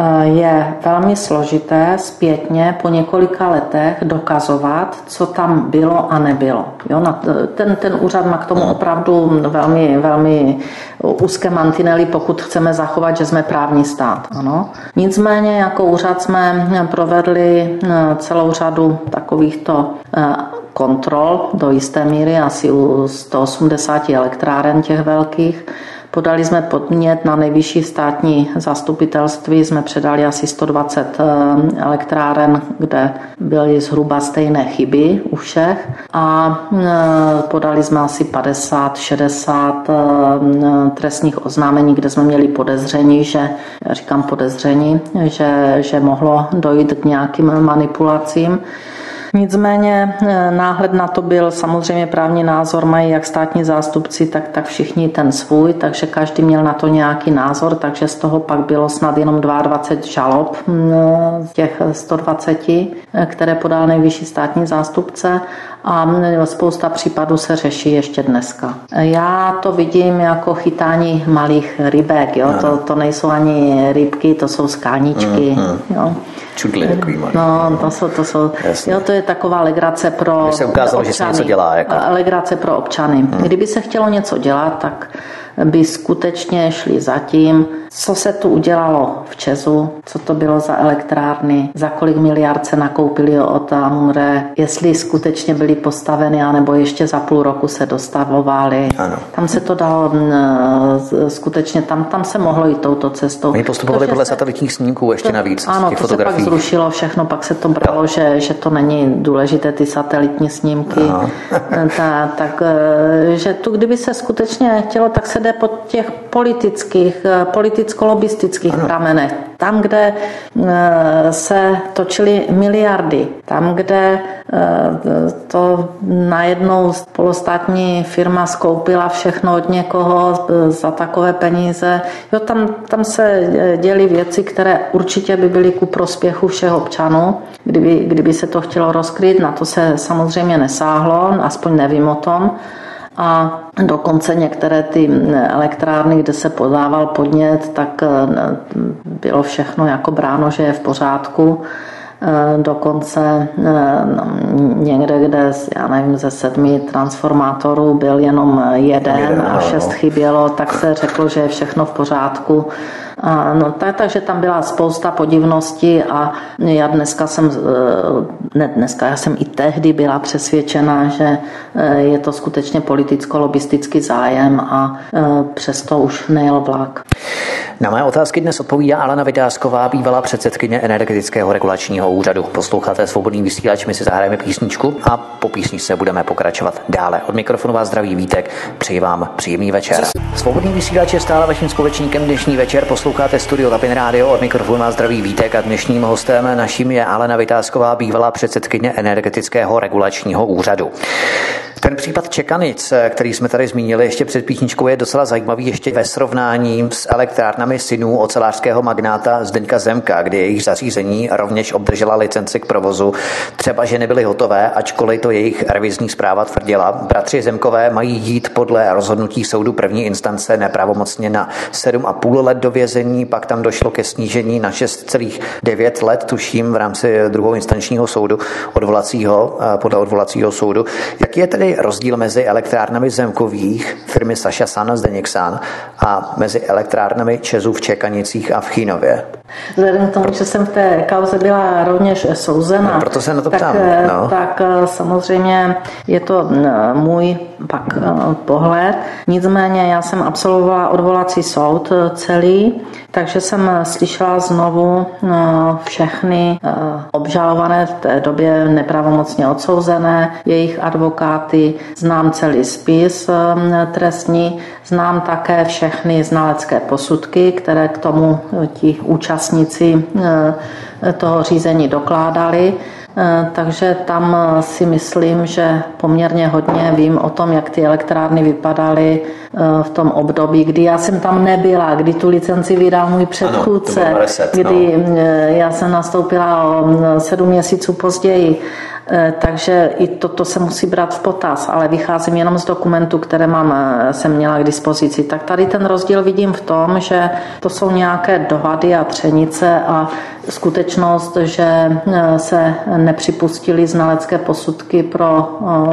je velmi složité zpětně po několika letech dokazovat, co tam bylo a nebylo. Jo, ten, ten úřad má k tomu opravdu velmi, velmi úzké mantinely, pokud chceme zachovat, že jsme právní stát. Ano. Nicméně jako úřad jsme provedli celou řadu takovýchto kontrol do jisté míry, asi u sto osmdesát elektráren těch velkých. Podali jsme podnět na nejvyšší státní zastupitelství, jsme předali asi sto dvacet elektráren, kde byly zhruba stejné chyby u všech a podali jsme asi padesát šedesát trestních oznámení, kde jsme měli podezření, že, já říkám podezření, že, že mohlo dojít k nějakým manipulacím. Nicméně náhled na to byl, samozřejmě právní názor mají jak státní zástupci, tak, tak všichni ten svůj, takže každý měl na to nějaký názor, takže z toho pak bylo snad jenom dvacet dva žalob z těch sto dvacet, které podal nejvyšší státní zástupce a spousta případů se řeší ještě dneska. Já to vidím jako chytání malých rybek, jo? To, to nejsou ani rybky, to jsou skalničky. Jo? Čudly takový malý. No, to jsou, to jsou, jo, to je taková legrace pro se ukázalo, občany. Že se něco dělá. Jako. Legrace pro občany. Hmm. Kdyby se chtělo něco dělat, tak by skutečně šli za tím, co se tu udělalo v Česu, co to bylo za elektrárny, za kolik miliard se nakoupili od Amure, jestli skutečně byly postaveny, anebo ještě za půl roku se dostavovaly. Ano. Tam se to dalo skutečně, tam, tam se mohlo jít touto cestou. Oni postupovali podle satelitních snímků ještě to, navíc. Ano, to se pak zrušilo všechno, pak se to bralo, že, že to není důležité, ty satelitní snímky. Ta, tak, že tu, kdyby se skutečně chtělo, tak se jde po těch politických, politicko-lobistických pramenech. Tam, kde se točily miliardy, tam, kde to najednou polostátní firma skoupila všechno od někoho za takové peníze. Jo, tam, tam se děly věci, které určitě by byly ku prospěchu všech občanů, kdyby, kdyby se to chtělo rozkrýt. Na to se samozřejmě nesáhlo, aspoň nevím o tom. A dokonce některé ty elektrárny, kde se podával podnět, tak bylo všechno jako bráno, že je v pořádku. Dokonce někde, kde, já nevím, ze sedmi transformátorů byl jenom jeden a šest chybělo, tak se řeklo, že je všechno v pořádku. A no, tak, takže tam byla spousta podivností a já dneska jsem, ne dneska, já jsem i tehdy byla přesvědčena, že je to skutečně politicko-lobistický zájem a přesto už nejel vlak. Na mé otázky dnes odpovídá Alena Vitásková, bývalá předsedkyně Energetického regulačního úřadu. Posloucháte Svobodný vysílač, my si zahrajeme písničku a po písničce budeme pokračovat dále. Od mikrofonu vás zdraví Vítek, přeji vám příjemný večer. Svobodný vysílač je stále vaším společníkem dnešní večer. Posloucháte Studio Tapin Radio, od mikrofonu vás zdraví Vítek a dnešním hostem naším je Alena Vitásková, bývalá předsedkyně Energetického regulačního úřadu. Ten případ Čekanic, který jsme tady zmínili ještě před písničkou, je docela zajímavý ještě ve srovnání s elektrárnami synů ocelářského magnáta Zdeňka Zemka, kdy jejich zařízení rovněž obdržela licenci k provozu, třeba že nebyly hotové, ačkoliv to jejich revizní zpráva tvrdila. Bratři Zemkové mají jít podle rozhodnutí soudu první instance nepravomocně na sedm a půl let do vězení, pak tam došlo ke snížení na šest celá devět let, tuším, v rámci druhého instančního soudu odvolacího, podle odvolacího soudu. Jaký je tedy rozdíl mezi elektrárnami Zemkových firmy Saša San, Zdeněk San a mezi elektrárnami ČEZu v Čekanicích a v Chýnově? Vzhledem k tomu, že jsem v té kauze byla rovněž souzena, no, proto se na to tak, ptám. No. tak samozřejmě je to můj pak pohled. Nicméně já jsem absolvovala odvolací soud celý, takže jsem slyšela znovu všechny obžalované v té době nepravomocně odsouzené, jejich advokáty, znám celý spis trestní, znám také všechny znalecké posudky, které k tomu ti účastníci toho řízení dokládali. Takže tam si myslím, že poměrně hodně vím o tom, jak ty elektrárny vypadaly v tom období, kdy já jsem tam nebyla, kdy tu licenci vydal můj předchůdce, ano, deset, kdy no. Já jsem nastoupila o sedm měsíců později. Takže i toto se musí brát v potaz, ale vycházím jenom z dokumentů, které mám, jsem měla k dispozici. Tak tady ten rozdíl vidím v tom, že to jsou nějaké dohady a třenice a skutečnost, že se nepřipustily znalecké posudky pro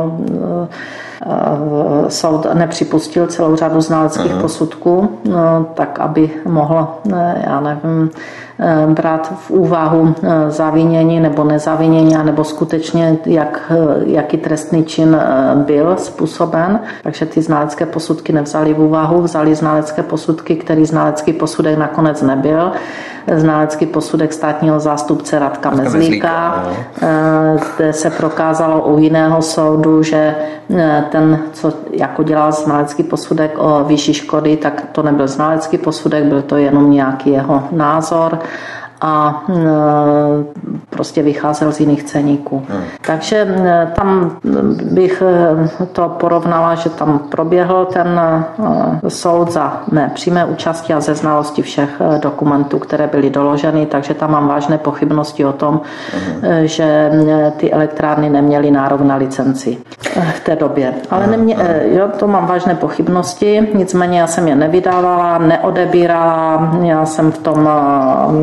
soud nepřipustil celou řadu znaleckých uh-huh. posudků, tak aby mohl, já nevím, brát v úvahu zavinění nebo nezavinění, nebo skutečně, jak, jaký trestný čin byl způsoben. Takže ty znalecké posudky nevzali v úvahu, vzali znalecké posudky, který znalecký posudek nakonec nebyl. Znalecký posudek státního zástupce Radka Mezlíka, kde se prokázalo u jiného soudu, že ten, co jako dělal znalecký posudek o výši škody, tak to nebyl znalecký posudek, byl to jenom nějaký jeho názor a prostě vycházel z jiných ceníků. Hmm. Takže tam bych to porovnala, že tam proběhl ten soud za mé přímé účasti a ze znalosti všech dokumentů, které byly doloženy, takže tam mám vážné pochybnosti o tom, hmm. že ty elektrárny neměly nárok na licenci v té době. Ale nemě, jo, to mám vážné pochybnosti, nicméně já jsem je nevydávala, neodebírala, já jsem v tom pro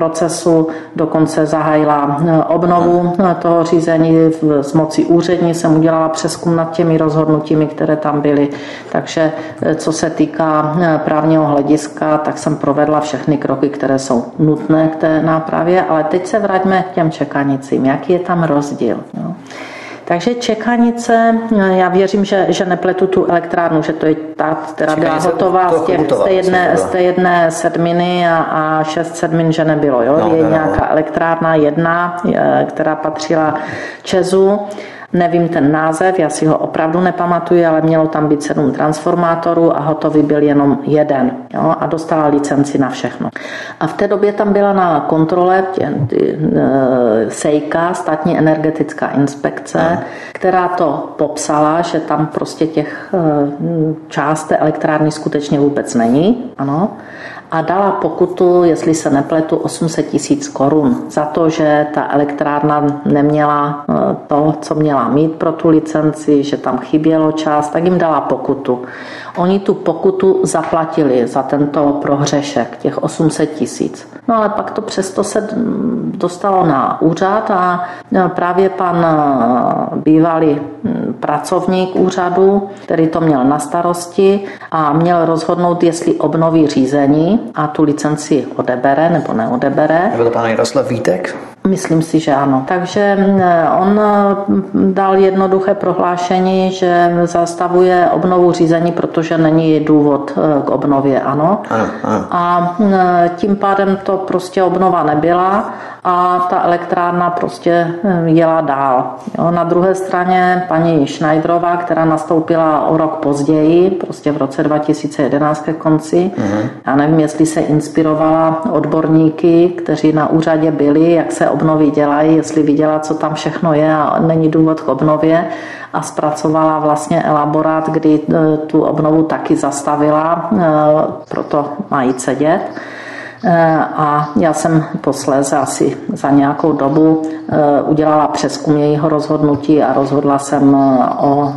procesu, dokonce zahájila obnovu toho řízení, z moci úřední jsem udělala přezkum nad těmi rozhodnutími, které tam byly. Takže co se týká právního hlediska, tak jsem provedla všechny kroky, které jsou nutné k té nápravě, ale teď se vraťme k těm čekanicím. Jaký je tam rozdíl? Jo? Takže čekanice, já věřím, že, že nepletu tu elektrárnu, že to je ta, která byla hotová z, těch, z, té jedné, z té jedné sedminy a, a šest sedmin, že nebylo. Jo? No, je no, nějaká no. elektrárna jedna, která patřila ČEZu. Nevím ten název, já si ho opravdu nepamatuji, ale mělo tam být sedm transformátorů a hotový byl jenom jeden. Jo, a dostala licenci na všechno. A v té době tam byla na kontrole tě, tě, e, SEIKA, státní energetická inspekce, no. která to popsala, že tam prostě těch e, část té elektrárny skutečně vůbec není. Ano. A dala pokutu, jestli se nepletu, osm set tisíc korun za to, že ta elektrárna neměla to, co měla mít pro tu licenci, že tam chybělo čas, tak jim dala pokutu. Oni tu pokutu zaplatili za tento prohřešek, těch osm set tisíc. No ale pak to přesto se dostalo na úřad a právě pan bývalý pracovník úřadu, který to měl na starosti a měl rozhodnout, jestli obnoví řízení a tu licenci odebere nebo neodebere. Byl pan Jaroslav Vítek? Myslím si, že ano. Takže on dal jednoduché prohlášení, že zastavuje obnovu řízení, protože není důvod k obnově, ano. Ano, ano. A tím pádem to prostě obnova nebyla a ta elektrárna prostě jela dál. Jo, na druhé straně paní Schneiderová, která nastoupila o rok později, prostě v roce dva tisíce jedenáct ke konci. Uh-huh. Já nevím, jestli se inspirovala odborníky, kteří na úřadě byli, jak se obnovy dělají, jestli viděla, co tam všechno je a není důvod k obnově a zpracovala vlastně elaborát, kdy tu obnovu taky zastavila, proto mají sedět. A já jsem posléze asi za nějakou dobu udělala přezkum jejího rozhodnutí a rozhodla jsem o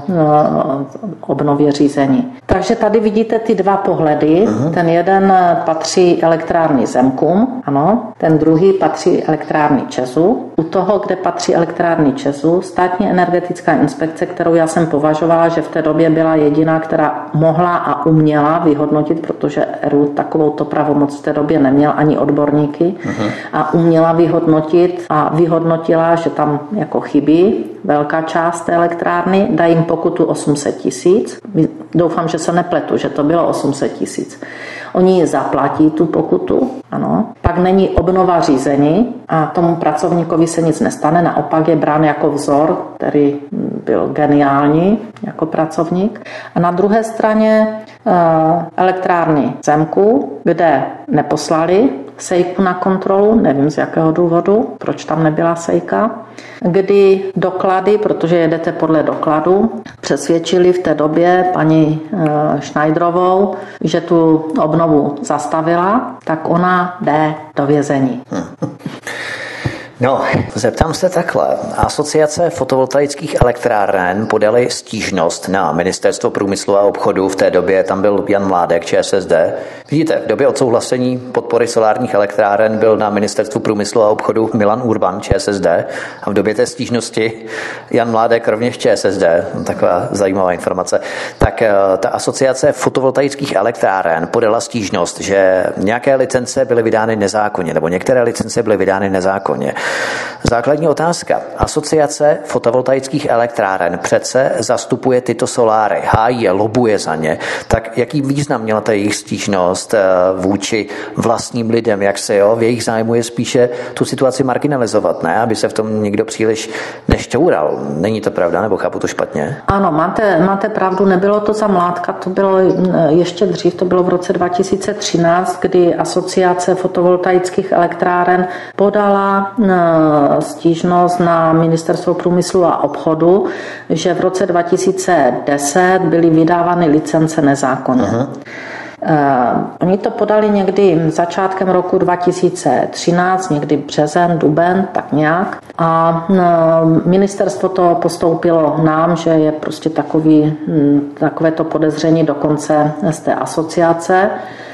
obnově řízení. Takže tady vidíte ty dva pohledy. Uh-huh. Ten jeden patří elektrárny Zemkum, ano, ten druhý patří elektrárny ČEZu. U toho, kde patří elektrárny ČEZu, státní energetická inspekce, kterou já jsem považovala, že v té době byla jediná, která mohla a uměla vyhodnotit, protože E R U takovouto pravomoc v té době neměl ani odborníky, uh-huh. a uměla vyhodnotit a vyhodnotila, že tam jako chybí velká část té elektrárny, dá jim pokutu osm set tisíc. Doufám, že se nepletu, že to bylo osm set tisíc. Oni zaplatí tu pokutu, ano. Pak není obnova řízení a tomu pracovníkovi se nic nestane, naopak je brán jako vzor, který byl geniální jako pracovník. A na druhé straně elektrárny Zemku, kde neposlali SEIKu na kontrolu, nevím z jakého důvodu, proč tam nebyla SEIKa, kdy doklady, protože jedete podle dokladu, přesvědčili v té době paní Schneiderovou, že tu obnovu zastavila, tak ona jde do vězení. No, zeptám se takhle. Asociace fotovoltaických elektráren podaly stížnost na Ministerstvo průmyslu a obchodu. V té době tam byl Jan Mládek, ČSSD. Vidíte, v době odsouhlasení podpory solárních elektráren byl na Ministerstvu průmyslu a obchodu Milan Urban, ČSSD. A v době té stížnosti Jan Mládek, rovněž ČSSD. Taková zajímavá informace. Tak ta asociace fotovoltaických elektráren podala stížnost, že nějaké licence byly vydány nezákonně, nebo některé licence byly vydány nezákonně. Základní otázka. Asociace fotovoltaických elektráren přece zastupuje tyto soláry, hájí je, lobuje za ně. Tak jaký význam měla ta jejich stížnost vůči vlastním lidem, jak se jo, v jejich zájmu je spíše tu situaci marginalizovat, ne? Aby se v tom nikdo příliš nešťoural. Není to pravda, nebo chápu to špatně? Ano, máte, máte pravdu, nebylo to za Mládka, to bylo ještě dřív, to bylo v roce dva tisíce třináct, kdy Asociace fotovoltaických elektráren podala stížnost na Ministerstvo průmyslu a obchodu, že v roce dva tisíce deset byly vydávány licence nezákonně. Uh-huh. Uh, oni to podali někdy začátkem roku dva tisíce třináct, někdy březen, duben, tak nějak. A uh, ministerstvo to postoupilo nám, že je prostě takový, um, takové to podezření dokonce z té asociace.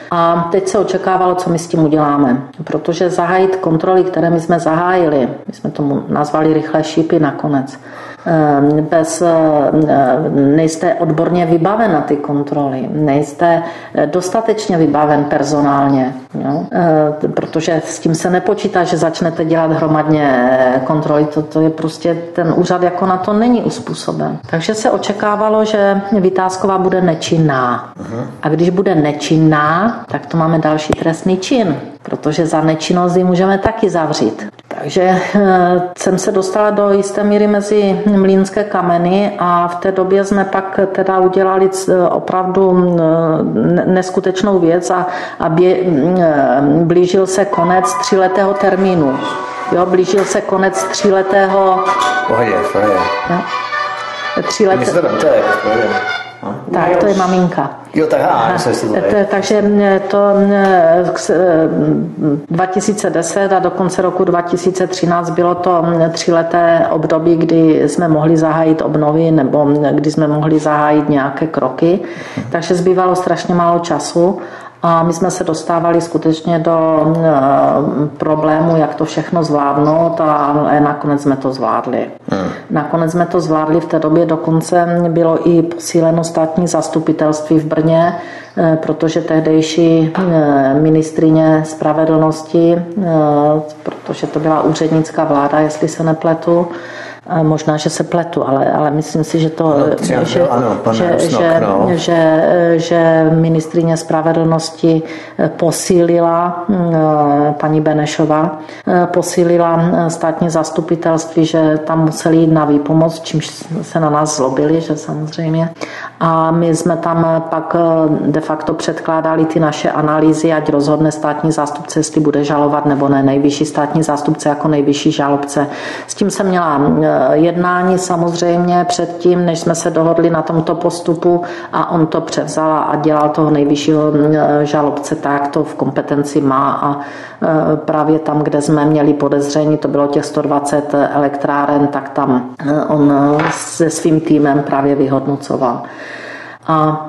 A teď se očekávalo, co my s tím uděláme, protože zahájit kontroly, které my jsme zahájili, my jsme tomu nazvali rychlé šípy nakonec, bez, nejste odborně vybaven na ty kontroly, nejste dostatečně vybaven personálně, jo? Protože s tím se nepočítá, že začnete dělat hromadně kontroly, to, to je prostě, ten úřad jako na to není uspůsoben. Takže se očekávalo, že Vitásková bude nečinná. A když bude nečinná, tak to máme další trestný čin, protože za nečinnost ji můžeme taky zavřít. Takže jsem se dostala do jisté míry mezi mlýnské kameny a v té době jsme pak teda udělali opravdu neskutečnou věc a, a bě, blížil se konec tříletého termínu. Jo, blížil se konec tříletého... Pohodě, pohodě. Tříleté... Tak, to je maminka. Jo, tak aha, to takže to dva tisíce deset a do konce roku dva tisíce třináct bylo to tříleté období, kdy jsme mohli zahájit obnovy nebo kdy jsme mohli zahájit nějaké kroky, takže zbývalo strašně málo času. A my jsme se dostávali skutečně do problému, jak to všechno zvládnout, ale nakonec jsme to zvládli. Hmm. Nakonec jsme to zvládli, v té době dokonce bylo i posíleno státní zastupitelství v Brně, protože tehdejší ministryně spravedlnosti, protože to byla úřednická vláda, jestli se nepletu, možná, že se pletu, ale, ale myslím si, že to, no, že, ano, že, Rusnok, že, no. že, že ministryně spravedlnosti posílila, paní Benešová, posílila státní zastupitelství, že tam museli jít na výpomoc, čímž se na nás zlobili, že samozřejmě. A my jsme tam pak de facto předkládali ty naše analýzy, ať rozhodne státní zástupce, jestli bude žalovat nebo ne, nejvyšší státní zástupce jako nejvyšší žalobce. S tím jsem měla jednání samozřejmě předtím, než jsme se dohodli na tomto postupu a on to převzal a dělal toho nejvyššího žalobce, tak to v kompetenci má a právě tam, kde jsme měli podezření, to bylo těch sto dvacet elektráren, tak tam on se svým týmem právě vyhodnocoval. A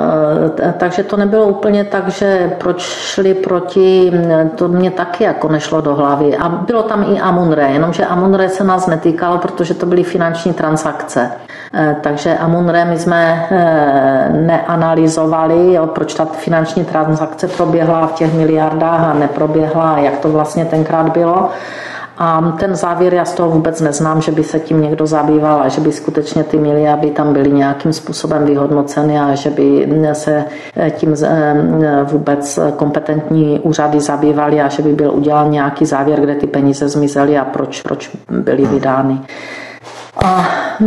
takže to nebylo úplně tak, že proč šli proti, to mě taky jako nešlo do hlavy. A bylo tam i Amun-Re, jenomže Amun-Re se nás netýkalo, protože to byly finanční transakce. Takže Amun-Re my jsme neanalyzovali, jo, proč ta finanční transakce proběhla v těch miliardách a neproběhla, jak to vlastně tenkrát bylo. A ten závěr já z toho vůbec neznám, že by se tím někdo zabýval a že by skutečně ty miliardy tam byly nějakým způsobem vyhodnoceny a že by se tím vůbec kompetentní úřady zabývaly a že by byl udělán nějaký závěr, kde ty peníze zmizely a proč, proč byly vydány. A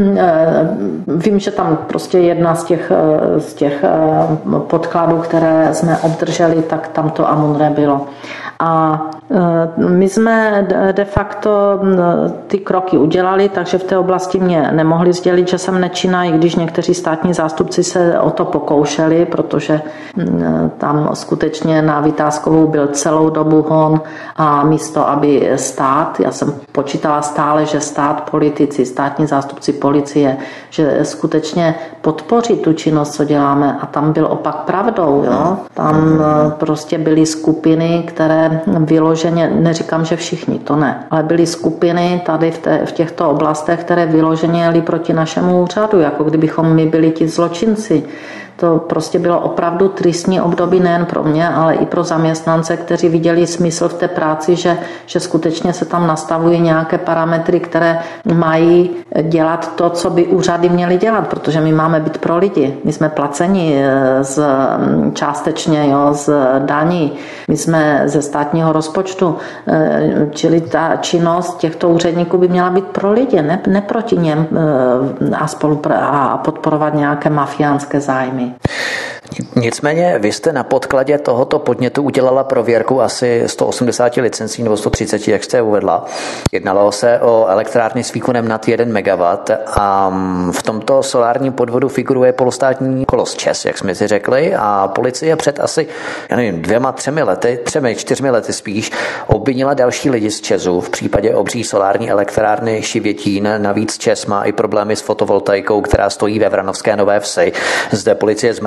vím, že tam prostě jedna z těch, z těch podkladů, které jsme obdrželi, tak tam to Amun-Re bylo. A my jsme de facto ty kroky udělali, takže v té oblasti mě nemohli sdělit, že jsem nečinná, i když někteří státní zástupci se o to pokoušeli, protože tam skutečně na Vitáskovou byl celou dobu hon a místo, aby stát, já jsem počítala stále, že stát, politici, státní zástupci policie, že skutečně podpoří tu činnost, co děláme a tam byl opak pravdou, jo? Tam prostě byly skupiny, které vyloženě, neříkám, že všichni, to ne, ale byly skupiny tady v, té, v těchto oblastech, které vyloženě jeli proti našemu úřadu, jako kdybychom my byli ti zločinci. To prostě bylo opravdu tristní období nejen pro mě, ale i pro zaměstnance, kteří viděli smysl v té práci, že, že skutečně se tam nastavují nějaké parametry, které mají dělat to, co by úřady měly dělat, protože my máme být pro lidi. My jsme placeni z, částečně jo, z daní, my jsme ze státního rozpočtu, čili ta činnost těchto úředníků by měla být pro lidi, ne, ne proti něm a, spolupra- a podporovat nějaké mafiánské zájmy. Nicméně vy jste na podkladě tohoto podnětu udělala prověrku asi sto osmdesát licencí nebo sto třicet, jak jste uvedla. Jednalo se o elektrárny s výkonem nad jeden megawatt a v tomto solárním podvodu figuruje polostátní kolos ČEZ, jak jsme si řekli, a policie před asi, já nevím, dvěma, třemi lety, třemi, čtyřmi lety spíš, obvinila další lidi z ČEZu v případě obří solární elektrárny Šivětín. Navíc ČEZ má i problémy s fotovoltaikou, která stojí ve Vranovské Nové Vsi. Zde policie zmrazila tržby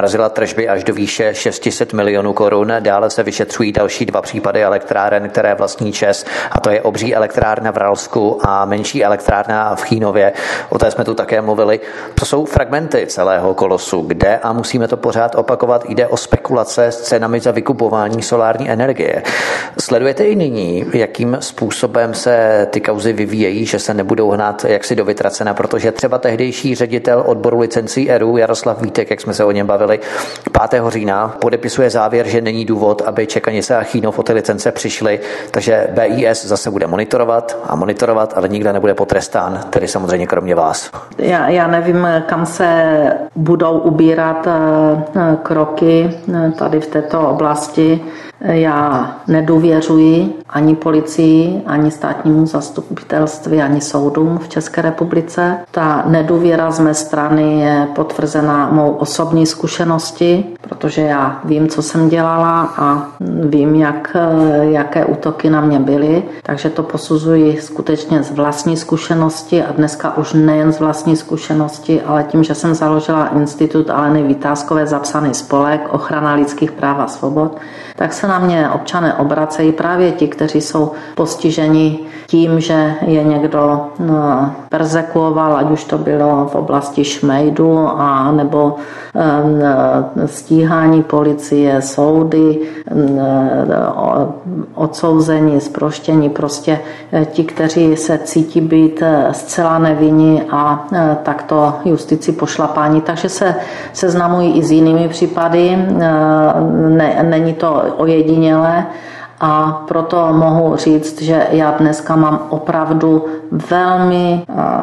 tržby až do výše šest set milionů korun. Dále se vyšetřují další dva případy elektráren, které vlastní ČEZ, a to je obří elektrárna v Ralsku a menší elektrárna v Chínově. O té jsme tu také mluvili. To jsou fragmenty celého kolosu, kde, a musíme to pořád opakovat, jde o spekulace s cenami za vykupování solární energie. Sledujete i nyní, jakým způsobem se ty kauzy vyvíjejí, že se nebudou hnát jaksi do vytracena, protože třeba tehdejší ředitel odboru licencí E R U Jaroslav Vítek, jak jsme se o něm bavili, pátého října podepisuje závěr, že není důvod, aby Čekanice a Chínov o ty licence přišly, takže B I S zase bude monitorovat a monitorovat, ale nikdo nebude potrestán, tedy samozřejmě kromě vás. Já, já nevím, kam se budou ubírat kroky tady v této oblasti. Já nedůvěřuji ani policii, ani státnímu zastupitelství, ani soudům v České republice. Ta nedůvěra z mé strany je potvrzena mou osobní zkušeností, protože já vím, co jsem dělala a vím, jak, jaké útoky na mě byly. Takže to posuzuji skutečně z vlastní zkušenosti a dneska už nejen z vlastní zkušenosti, ale tím, že jsem založila Institut Aleny Vytázkové zapsaný spolek Ochrana lidských práv a svobod, tak se na mě občané obracejí, právě ti, kteří jsou postiženi tím, že je někdo no, perzekuoval, ať už to bylo v oblasti šmejdu a nebo um, stíhání policie, soudy, um, odsouzení, zproštění, prostě ti, kteří se cítí být zcela nevinní a takto justici pošlapání. Takže se seznamují i s jinými případy, ne, není to ojedinělé. A proto mohu říct, že já dneska mám opravdu velmi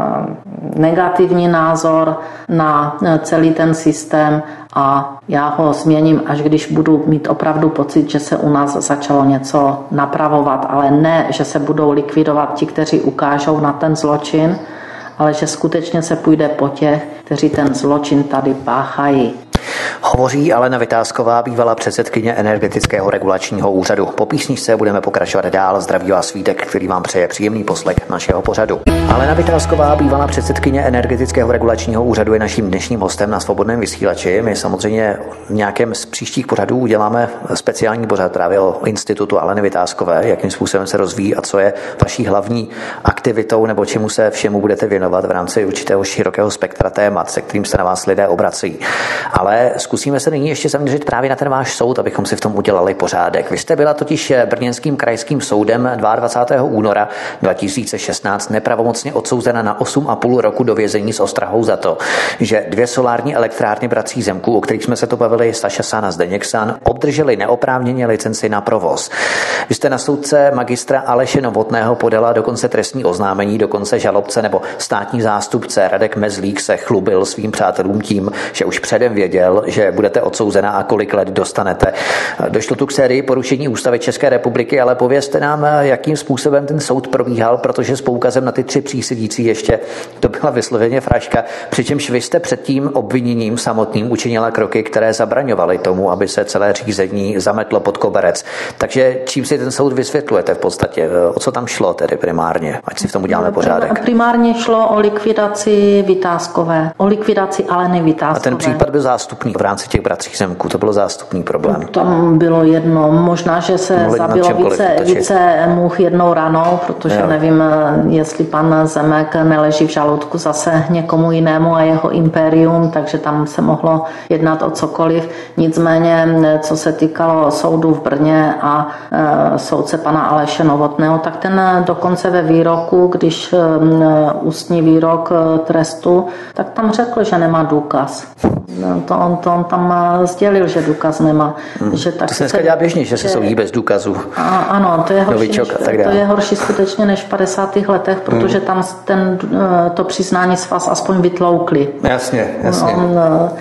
negativní názor na celý ten systém a já ho změním, až když budu mít opravdu pocit, že se u nás začalo něco napravovat, ale ne, že se budou likvidovat ti, kteří ukážou na ten zločin, ale že skutečně se půjde po těch, kteří ten zločin tady páchají. Hovoří Alena Vytázková, bývalá předsedkyně Energetického regulačního úřadu. Po písničce budeme pokračovat dál. Zdraví vás Vítek, který vám přeje příjemný poslech našeho pořadu. Alena Vytázková, bývalá předsedkyně Energetického regulačního úřadu, je naším dnešním hostem na Svobodném vysílači. My samozřejmě v nějakém z příštích pořadů uděláme speciální pořad právě o institutu Aleny Vytázkové, jakým způsobem se rozvíjí a co je vaší hlavní aktivitou nebo čemu se všemu budete věnovat v rámci určitého širokého spektra témat, se kterým se na vás lidé obrací. Ale zkusíme se nyní ještě zaměřit právě na ten váš soud, abychom si v tom udělali pořádek. Vy jste byla totiž brněnským krajským soudem dvacátého druhého února dva tisíce šestnáct nepravomocně odsouzena na osm a půl roku do vězení s ostrahou za to, že dvě solární elektrárny Bratří Zemků, o kterých jsme se to bavili, Staša San a Zdeněk San, obdrželi neoprávněně licenci na provoz. Vy jste na soudce magistra Aleše Novotného podala dokonce trestní oznámení, dokonce žalobce nebo státní zástupce Radek Mezlík se chlubil svým přátelům tím, že už předem věděl, že budete odsouzena a kolik let dostanete. Došlo tu k sérii porušení ústavy České republiky, ale povězte nám, jakým způsobem ten soud probíhal, protože s poukazem na ty tři přísedící ještě to byla vysloveně fraška, přičemž vy jste před tím obviněním samotným učinila kroky, které zabraňovaly tomu, aby se celé řízení zametlo pod koberec. Takže čím si ten soud vysvětlujete v podstatě? O co tam šlo tedy primárně? Ať si v tom uděláme pořádek. Primárně šlo o likvidaci Vytázkové, o likvidaci Aleny Vytázkové. A ten případ byl zástupný v rámci těch Bratřích Zemků, to bylo zástupný problém. Tam bylo jedno, možná, že se Mohli zabilo více, více much jednou ranou, protože jo. nevím, jestli pan Zemek neleží v žaludku zase někomu jinému a jeho impérium, takže tam se mohlo jednat o cokoliv. Nicméně, co se týkalo soudu v Brně a e, soudce pana Aleše Novotného, tak ten dokonce ve výroku, když e, ústní výrok e, trestu, tak tam řekl, že nemá důkaz. To on, to on tam sdělil, že důkaz nemá. Hmm. Že tak to se dneska dělá běžně, že se soudí bez důkazů. A, ano, to je, horší než, to je horší skutečně než v padesátých letech, protože hmm. tam ten, to přiznání z vás aspoň vytloukli. Jasně, jasně. On,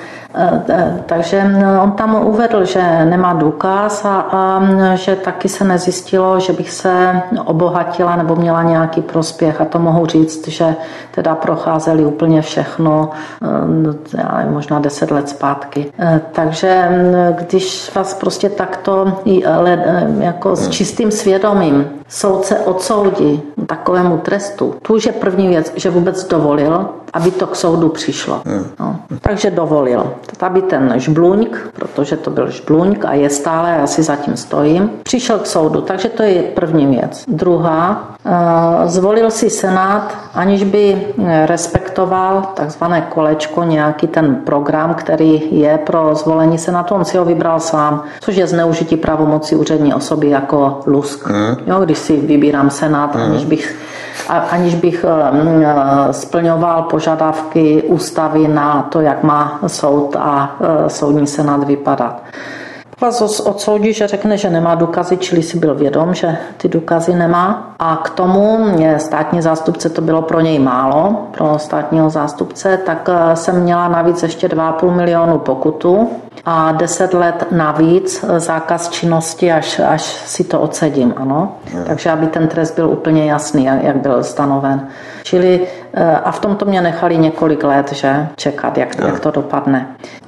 takže on tam uvedl, že nemá důkaz a, a že taky se nezjistilo, že bych se obohatila nebo měla nějaký prospěch, a to mohu říct, že teda procházeli úplně všechno, já nevím, možná deset let zpátky. Takže když vás prostě takto jako s čistým svědomím soudce odsoudí takovému trestu, to už je první věc, že vůbec dovolil aby to k soudu přišlo. No. Takže dovolil, aby ten žbluňk, protože to byl žbluňk a je stále, já si zatím stojím, přišel k soudu, takže to je první věc. Druhá, zvolil si Senát, aniž by respektoval takzvané kolečko, nějaký ten program, který je pro zvolení Senátu, on si ho vybral sám, což je zneužití pravomoci úřední osoby jako lusk. Mm. Jo, když si vybírám Senát, mm. aniž bych aniž bych splňoval požadavky ústavy na to, jak má soud a soudní senát vypadat. Vás odsoudí, že řekne, že nemá důkazy, čili si byl vědom, že ty důkazy nemá. A k tomu státní zástupce, to bylo pro něj málo, pro státního zástupce, tak jsem měla navíc ještě dva a půl milionu pokutu a deset let navíc zákaz činnosti, až, až si to odsedím, ano. Hmm. Takže aby ten trest byl úplně jasný, jak byl stanoven. Čili a v tomto mě nechali několik let, že čekat, jak, jak to dopadne.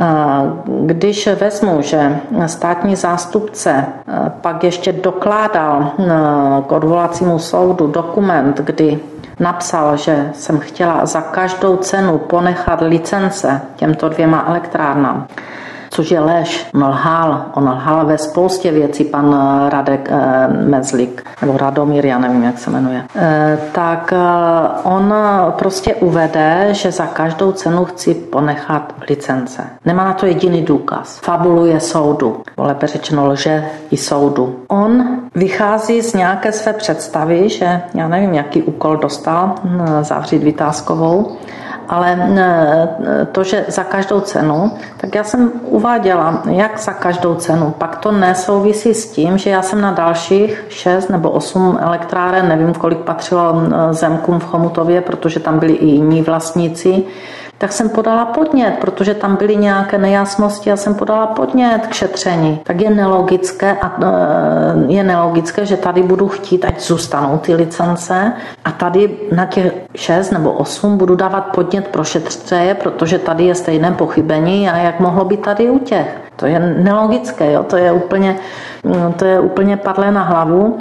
Když vezmu, že státní zástupce pak ještě dokládal k odvolacímu soudu dokument, kdy napsal, že jsem chtěla za každou cenu ponechat licence těmto dvěma elektrárnám, což je lež. On lhal. On lhal ve spoustě věcí, pan Radek eh, Mezlik, nebo Radomír, já nevím, jak se jmenuje. Eh, tak eh, on prostě uvede, že za každou cenu chci ponechat licence. Nemá na to jediný důkaz. Fabuluje soudu. Lépe řečeno lže i soudu. On vychází z nějaké své představy, že já nevím, jaký úkol dostal zavřít Vitáskovou, ale to, že za každou cenu, tak já jsem uváděla, jak za každou cenu. Pak to nesouvisí s tím, že já jsem na dalších šest nebo osm elektráren, nevím, kolik patřilo zemkům v Chomutově, protože tam byli i jiní vlastníci, tak jsem podala podnět, protože tam byly nějaké nejasnosti, já jsem podala podnět k šetření. Tak je nelogické, a je nelogické, že tady budu chtít, ať zůstanou ty licence a tady na těch šest nebo osm budu dávat podnět pro šetřeje, protože tady je stejné pochybení a jak mohlo být tady u těch. To je nelogické, jo? To je úplně, to je úplně padlé na hlavu.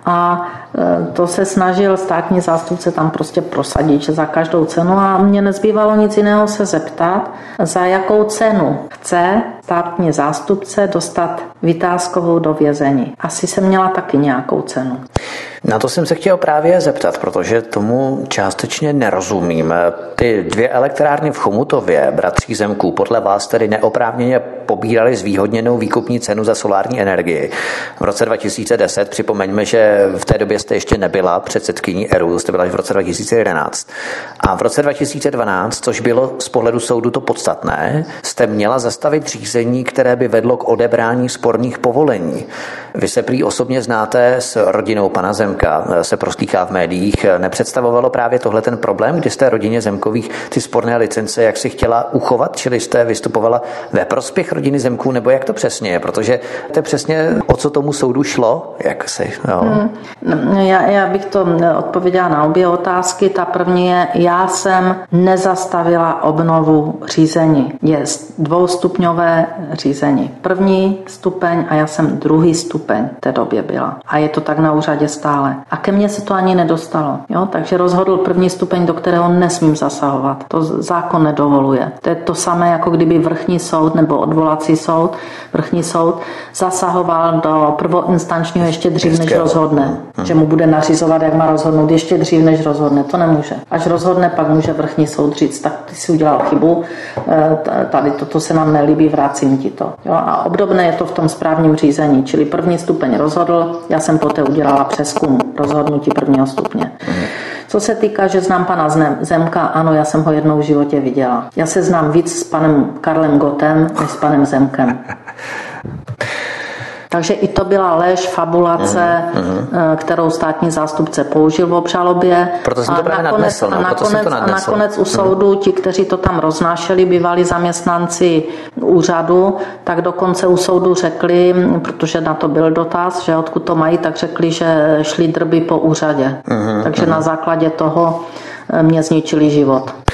A to se snažil státní zástupce tam prostě prosadit, že za každou cenu, a mně nezbývalo nic jiného se zeptat, za jakou cenu chce státní zástupce dostat Vitáskovou do vězení. Asi jsem měla taky nějakou cenu. Na to jsem se chtěl právě zeptat, protože tomu částečně nerozumím. Ty dvě elektrárny v Chomutově, bratří Zemků, podle vás tedy neoprávněně pobírali zvýhodněnou výkupní cenu za solární energii. V roce dva tisíce deset, připomeňme, že v té době jste ještě nebyla předsedkyní ERÚ, jste byla v roce dva tisíce jedenáct. A v roce dva tisíce dvanáct, což bylo z pohledu soudu to podstatné, jste měla zastavit řízení, které by vedlo k odebrání sporných povolení. Vy se prý osobně znáte s rodinou pana Zemka, se proslýchá v médiích. Nepředstavovalo právě tohle ten problém, kdy jste rodině Zemkových ty sporné licence jak si chtěla uchovat, čili jste vystupovala ve prospěch rodiny Zemků, nebo jak to přesně je? Protože to je přesně, o co tomu soudu šlo, jak si, jo. Hmm. Já, já bych to odpověděla na obě otázky. Ta první je, já jsem nezastavila obnovu řízení. Je dvoustupňové řízení. První stupeň a já jsem druhý stupeň v té době byla. A je to tak na úřadě stále. A ke mně se to ani nedostalo. Jo? Takže rozhodl první stupeň, do kterého nesmím zasahovat. To zákon nedovoluje. To je to samé, jako kdyby vrchní soud nebo odvolací soud, vrchní soud zasahoval do prvoinstančního ještě dřív, než rozhodne. Hmm. Že mu bude nařizovat, jak má rozhodnout ještě dřív, než rozhodne. To nemůže. Až rozhodne, pak může vrchní soud říct, tak ty si udělal chybu, tady toto se nám nelíbí, vracím ti to. Jo? A obdobné je to v tom správním řízení. Čili první stupeň rozhodl, já jsem poté udělala přezkum rozhodnutí prvního stupně. Co se týká, že znám pana Zemka, ano, já jsem ho jednou v životě viděla. Já se znám víc s panem Karlem Gottem, než s panem Zemkem. Takže i to byla lež, fabulace, uh-huh. kterou státní zástupce použil v obžalobě. Proto jsem to právě nadnesl. A nakonec, a nakonec u soudu, ti, kteří to tam roznášeli, bývalí zaměstnanci úřadu, tak dokonce u soudu řekli, protože na to byl dotaz, že odkud to mají, tak řekli, že šli drby po úřadě. Uh-huh. Takže uh-huh. na základě toho mě zničili život.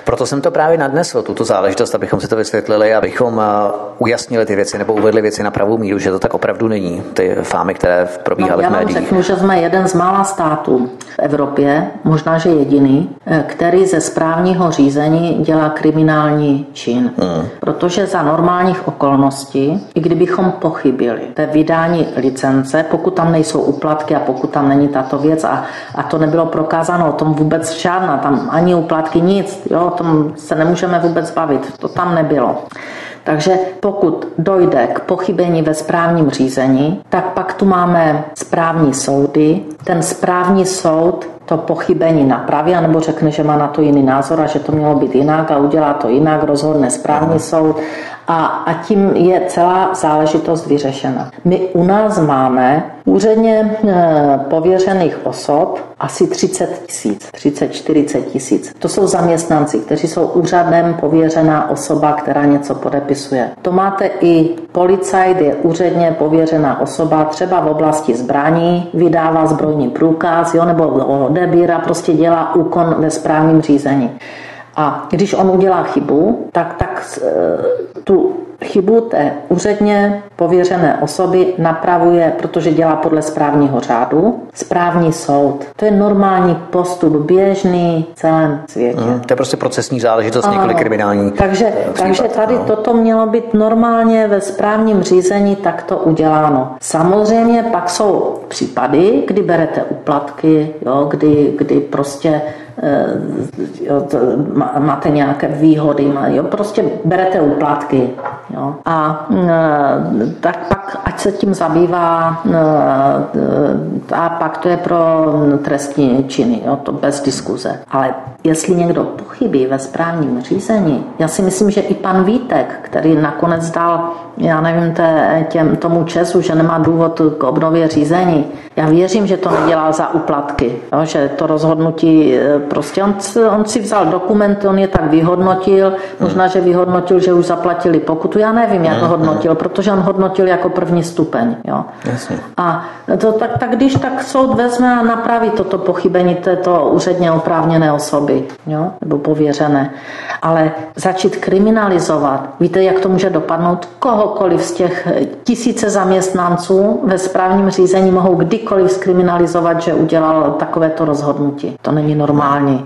Proto jsem to právě nadnesl, tuto záležitost, abychom si to vysvětlili, abychom ujasnili ty věci nebo uvedli věci na pravou míru, že to tak opravdu není, ty fámy, které probíhaly no, v médiích. Já vám řeknu, že jsme jeden z mála států v Evropě, možná, že jediný, který ze správního řízení dělá kriminální čin. Hmm. Protože za normálních okolností, i kdybychom pochybili ve vydání licence, pokud tam nejsou úplatky a pokud tam není tato věc a, a to nebylo prokázáno, o tom vůbec žádná, tam ani úplatky, nic, jo, o tom se nemůžeme vůbec bavit, to tam nebylo. Takže pokud dojde k pochybení ve správním řízení, tak pak tu máme správní soudy. Ten správní soud to pochybení napraví, anebo řekne, že má na to jiný názor a že to mělo být jinak a udělá to jinak, rozhodne správní soud a, a tím je celá záležitost vyřešena. My u nás máme úředně e, pověřených osob asi třicet tisíc, třicet čtyřicet tisíc. To jsou zaměstnanci, kteří jsou úřadem pověřená osoba, která něco podepisuje. To máte i policajt, je úředně pověřená osoba, třeba v oblasti zbraní, vydává zbrojní průkaz, jo, nebo odebírá, prostě dělá úkon ve správním řízení. A když on udělá chybu, tak, tak tu chybu té úředně pověřené osoby napravuje, protože dělá podle správního řádu, správní soud. To je normální postup, běžný v celém světě. Mm, to je prostě procesní záležitost, nikoli kriminální. Takže, případ, takže tady no. toto mělo být normálně ve správním řízení takto uděláno. Samozřejmě pak jsou případy, kdy berete úplatky, jo, kdy, kdy prostě jo, máte nějaké výhody, jo, prostě berete úplatky. Jo. A tak pak, ať se tím zabývá, a pak to je pro trestní činy, jo, to bez diskuze. Ale jestli někdo pochybí ve správním řízení, já si myslím, že i pan Vítek, který nakonec dal, já nevím, té, těm, tomu ČEZu, že nemá důvod k obnově řízení, já věřím, že to nedělá za úplatky, jo, že to rozhodnutí prostě, on, on si vzal dokument, on je tak vyhodnotil, možná, že vyhodnotil, že už zaplatili pokutu, já nevím, jak to hodnotil, protože on hodnotil jako první stupeň. Jo. Jasně. A to, tak, tak když tak soud vezme a napraví toto pochybení této úředně oprávněné osoby, jo, nebo pověřené. Ale začít kriminalizovat, víte, jak to může dopadnout? Kohokoliv z těch tisíce zaměstnanců ve správním řízení mohou kdykoliv skriminalizovat, že udělal takovéto rozhodnutí. To není normální.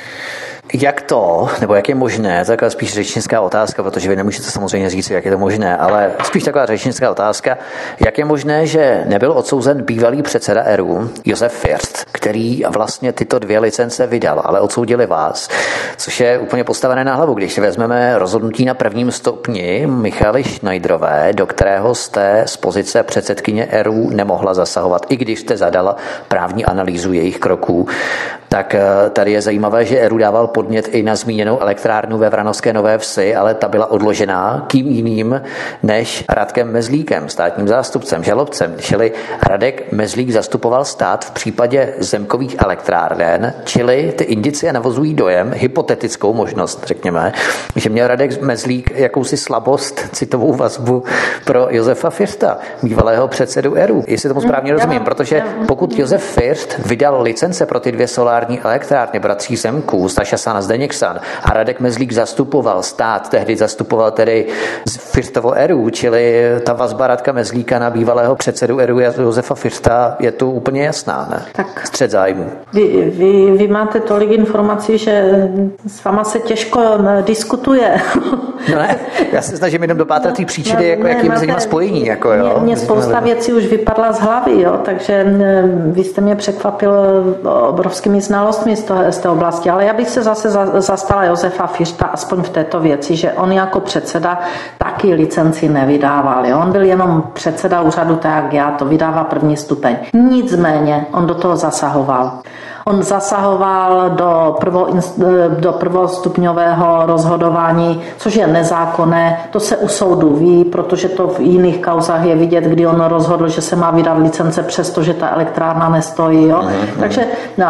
Jak to, nebo jak je možné, taková spíš řečnická otázka, protože vy nemůžete samozřejmě říct, jak je to možné, ale spíš taková řečnická otázka, jak je možné, že nebyl odsouzen bývalý předseda E R U Josef First, který vlastně tyto dvě licence vydal, ale odsoudili vás, což je úplně postavené na hlavu, když si vezmeme rozhodnutí na prvním stupni Michaely Schneiderové, do kterého jste z pozice předsedkyně E R U nemohla zasahovat, i když jste zadala právní analýzu jejich kroků. Tak tady je zajímavé, že E R U dával podnět i na zmíněnou elektrárnu ve Vranovské Nové Vsi, ale ta byla odložená kým jiným než Radkem Mezlíkem, státním zástupcem, žalobcem. Čili Radek Mezlík zastupoval stát v případě zemkových elektráren, čili ty indicie navozují dojem, hypotetickou možnost, řekněme, že měl Radek Mezlík jakousi slabost, citovou vazbu pro Josefa Firsta, bývalého předsedu E R U. Jestli tomu správně rozumím, protože pokud Josef First vydal licence pro ty dvě solární elektrárny bratří Zemků, Staša San a Zdeněk San, a Radek Mezlík zastupoval stát, tehdy zastupoval tedy Firstovo E R U, čili ta vazba Radka Mezlíka na bývalého předsedu E R U Josefa Firsta je tu úplně jasná, ne? Tak střet zájmu. Vy, vy, vy máte tolik informací, že s váma se těžko diskutuje. No ne, já se snažím jenom dopátrat ty příčiny, no, jako ne, jaký mezi nimi spojení. Jako, jo. Mě, mě spousta věcí už vypadla z hlavy, jo, takže vy jste mě překvapil obrovskými znalostmi z, toho, z té oblasti, ale já bych se zase zastala Josefa Firsta aspoň v této věci, že on jako předseda taky licenci nevydával. Jo. On byl jenom předseda úřadu, tak jak já, to vydává první stupeň. Nicméně on do toho zasahoval. On zasahoval do, prvo, do prvostupňového rozhodování, což je nezákonné. To se u soudu ví, protože to v jiných kauzách je vidět, kdy on rozhodl, že se má vydat licence, přestože ta elektrárna nestojí. Jo? Mm-hmm. Takže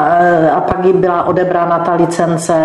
a pak jí byla odebrána ta licence,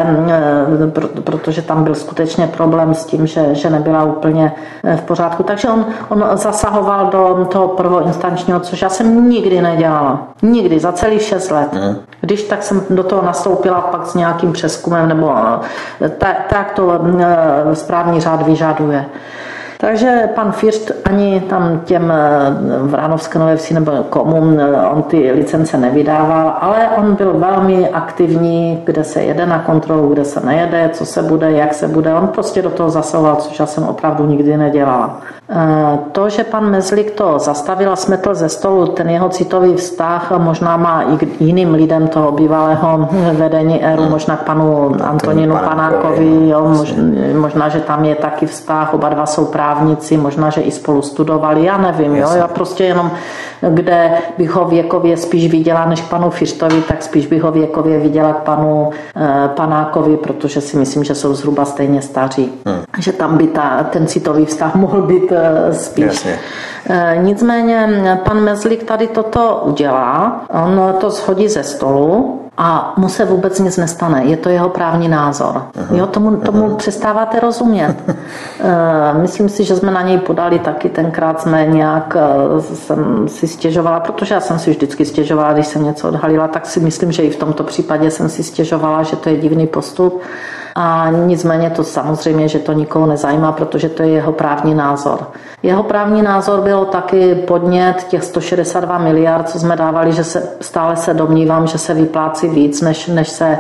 protože tam byl skutečně problém s tím, že, že nebyla úplně v pořádku. Takže on, on zasahoval do toho prvoinstančního, což já jsem nikdy nedělala. Nikdy, za celých šest let. Mm. Když když, tak jsem do toho nastoupila pak s nějakým přezkumem, nebo tak, tak to správní řád vyžaduje. Takže pan First ani tam těm v Ránovské Nové Vsi nebo komu, on ty licence nevydával, ale on byl velmi aktivní, kde se jede na kontrolu, kde se nejede, co se bude, jak se bude. On prostě do toho zasahoval, což já jsem opravdu nikdy nedělala. To, že pan Mezlik to zastavil a smetl ze stolu, ten jeho citový vztah možná má i k jiným lidem toho bývalého vedení éru, hmm. možná k panu Antonínu Panákovi, jo, možná, že tam je taky vztah, oba dva jsou právníci, možná, že i spolu studovali, já nevím, jo, já prostě jenom, kde bych ho věkově spíš viděla než k panu Firstovi, tak spíš bych ho věkově viděla k panu eh, Panákovi, protože si myslím, že jsou zhruba stejně staří. Hmm. Že tam by ta, ten citový vztah mohl být eh, spíš. Jasně. Eh, nicméně pan Mezlik tady toto udělá, on to shodí ze stolu a mu se vůbec nic nestane. Je to jeho právní názor. Uh-huh. Jo, tomu, tomu uh-huh. přestáváte rozumět. uh, myslím si, že jsme na něj podali taky tenkrát, jsme nějak uh, jsem si stěžovala, protože já jsem si vždycky stěžovala, když jsem něco odhalila, tak si myslím, že i v tomto případě jsem si stěžovala, že to je divný postup. A nicméně to samozřejmě, že to nikoho nezajímá, protože to je jeho právní názor. Jeho právní názor byl taky podnět těch sto šedesát dva miliard, co jsme dávali, že se stále se domnívám, že se vyplácí víc, než, než se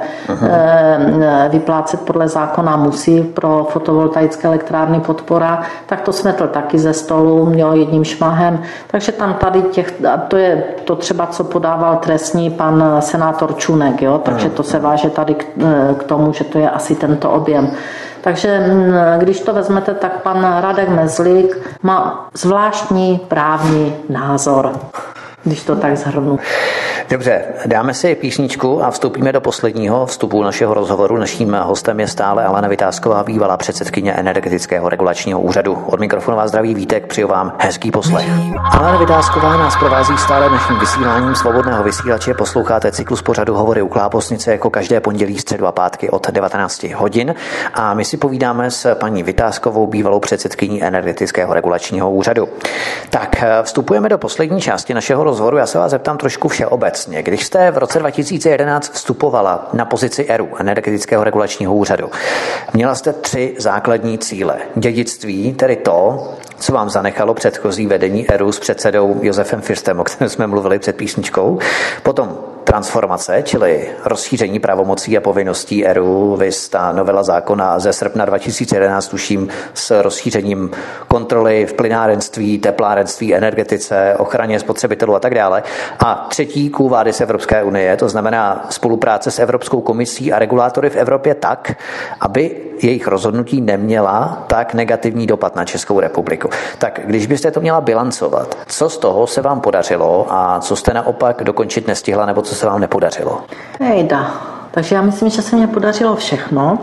e, vyplácet podle zákona musí pro fotovoltaické elektrárny podpora, tak to smetl taky ze stolu, měl jedním šmahem. Takže tam tady těch, to je to třeba, co podával trestní pan senátor Čunek, jo? Takže to se váže tady k, k tomu, že to je asi tento objem. Takže když to vezmete, tak pan Radek Mezlik má zvláštní právní názor, když to tak shrnu. Dobře, dáme si písničku a vstoupíme do posledního vstupu našeho rozhovoru. Naším hostem je stále Alena Vitásková, bývalá předsedkyně Energetického regulačního úřadu. Od mikrofonu vás zdraví Vítek, přeju vám hezký poslech. Alena Vitásková nás provází stále naším vysíláním svobodného vysílače. Posloucháte cyklus pořadu Hovory u Klábosnice jako každé pondělí, středu a pátky od devatenáct hodin. A my si povídáme s paní Vitáskovou, bývalou předsedkyní Energetického regulačního úřadu. Tak vstupujeme do poslední části našeho rozhovoru. Já se vás zeptám trošku všeobecně. Když jste v roce dva tisíce jedenáct vstupovala na pozici ERÚ, Energetického regulačního úřadu, měla jste tři základní cíle. Dědictví, tedy to, co vám zanechalo předchozí vedení ERÚ s předsedou Josefem Firstem, o kterém jsme mluvili před písničkou. Potom transformace, čili rozšíření pravomocí a povinností ERÚ, viz ta novela zákona ze srpna dva tisíce jedenáct, tuším, s rozšířením kontroly v plynárenství, teplárenství, energetice, ochraně spotřebitelů a tak dále. A třetí Quo Vadis Evropské unie, to znamená spolupráce s Evropskou komisí a regulátory v Evropě tak, aby jejich rozhodnutí neměla tak negativní dopad na Českou republiku. Tak když byste to měla bilancovat, co z toho se vám podařilo a co jste naopak dokončit nestihla, nebo co se vám nepodařilo? Ejda, takže já myslím, že se mně podařilo všechno.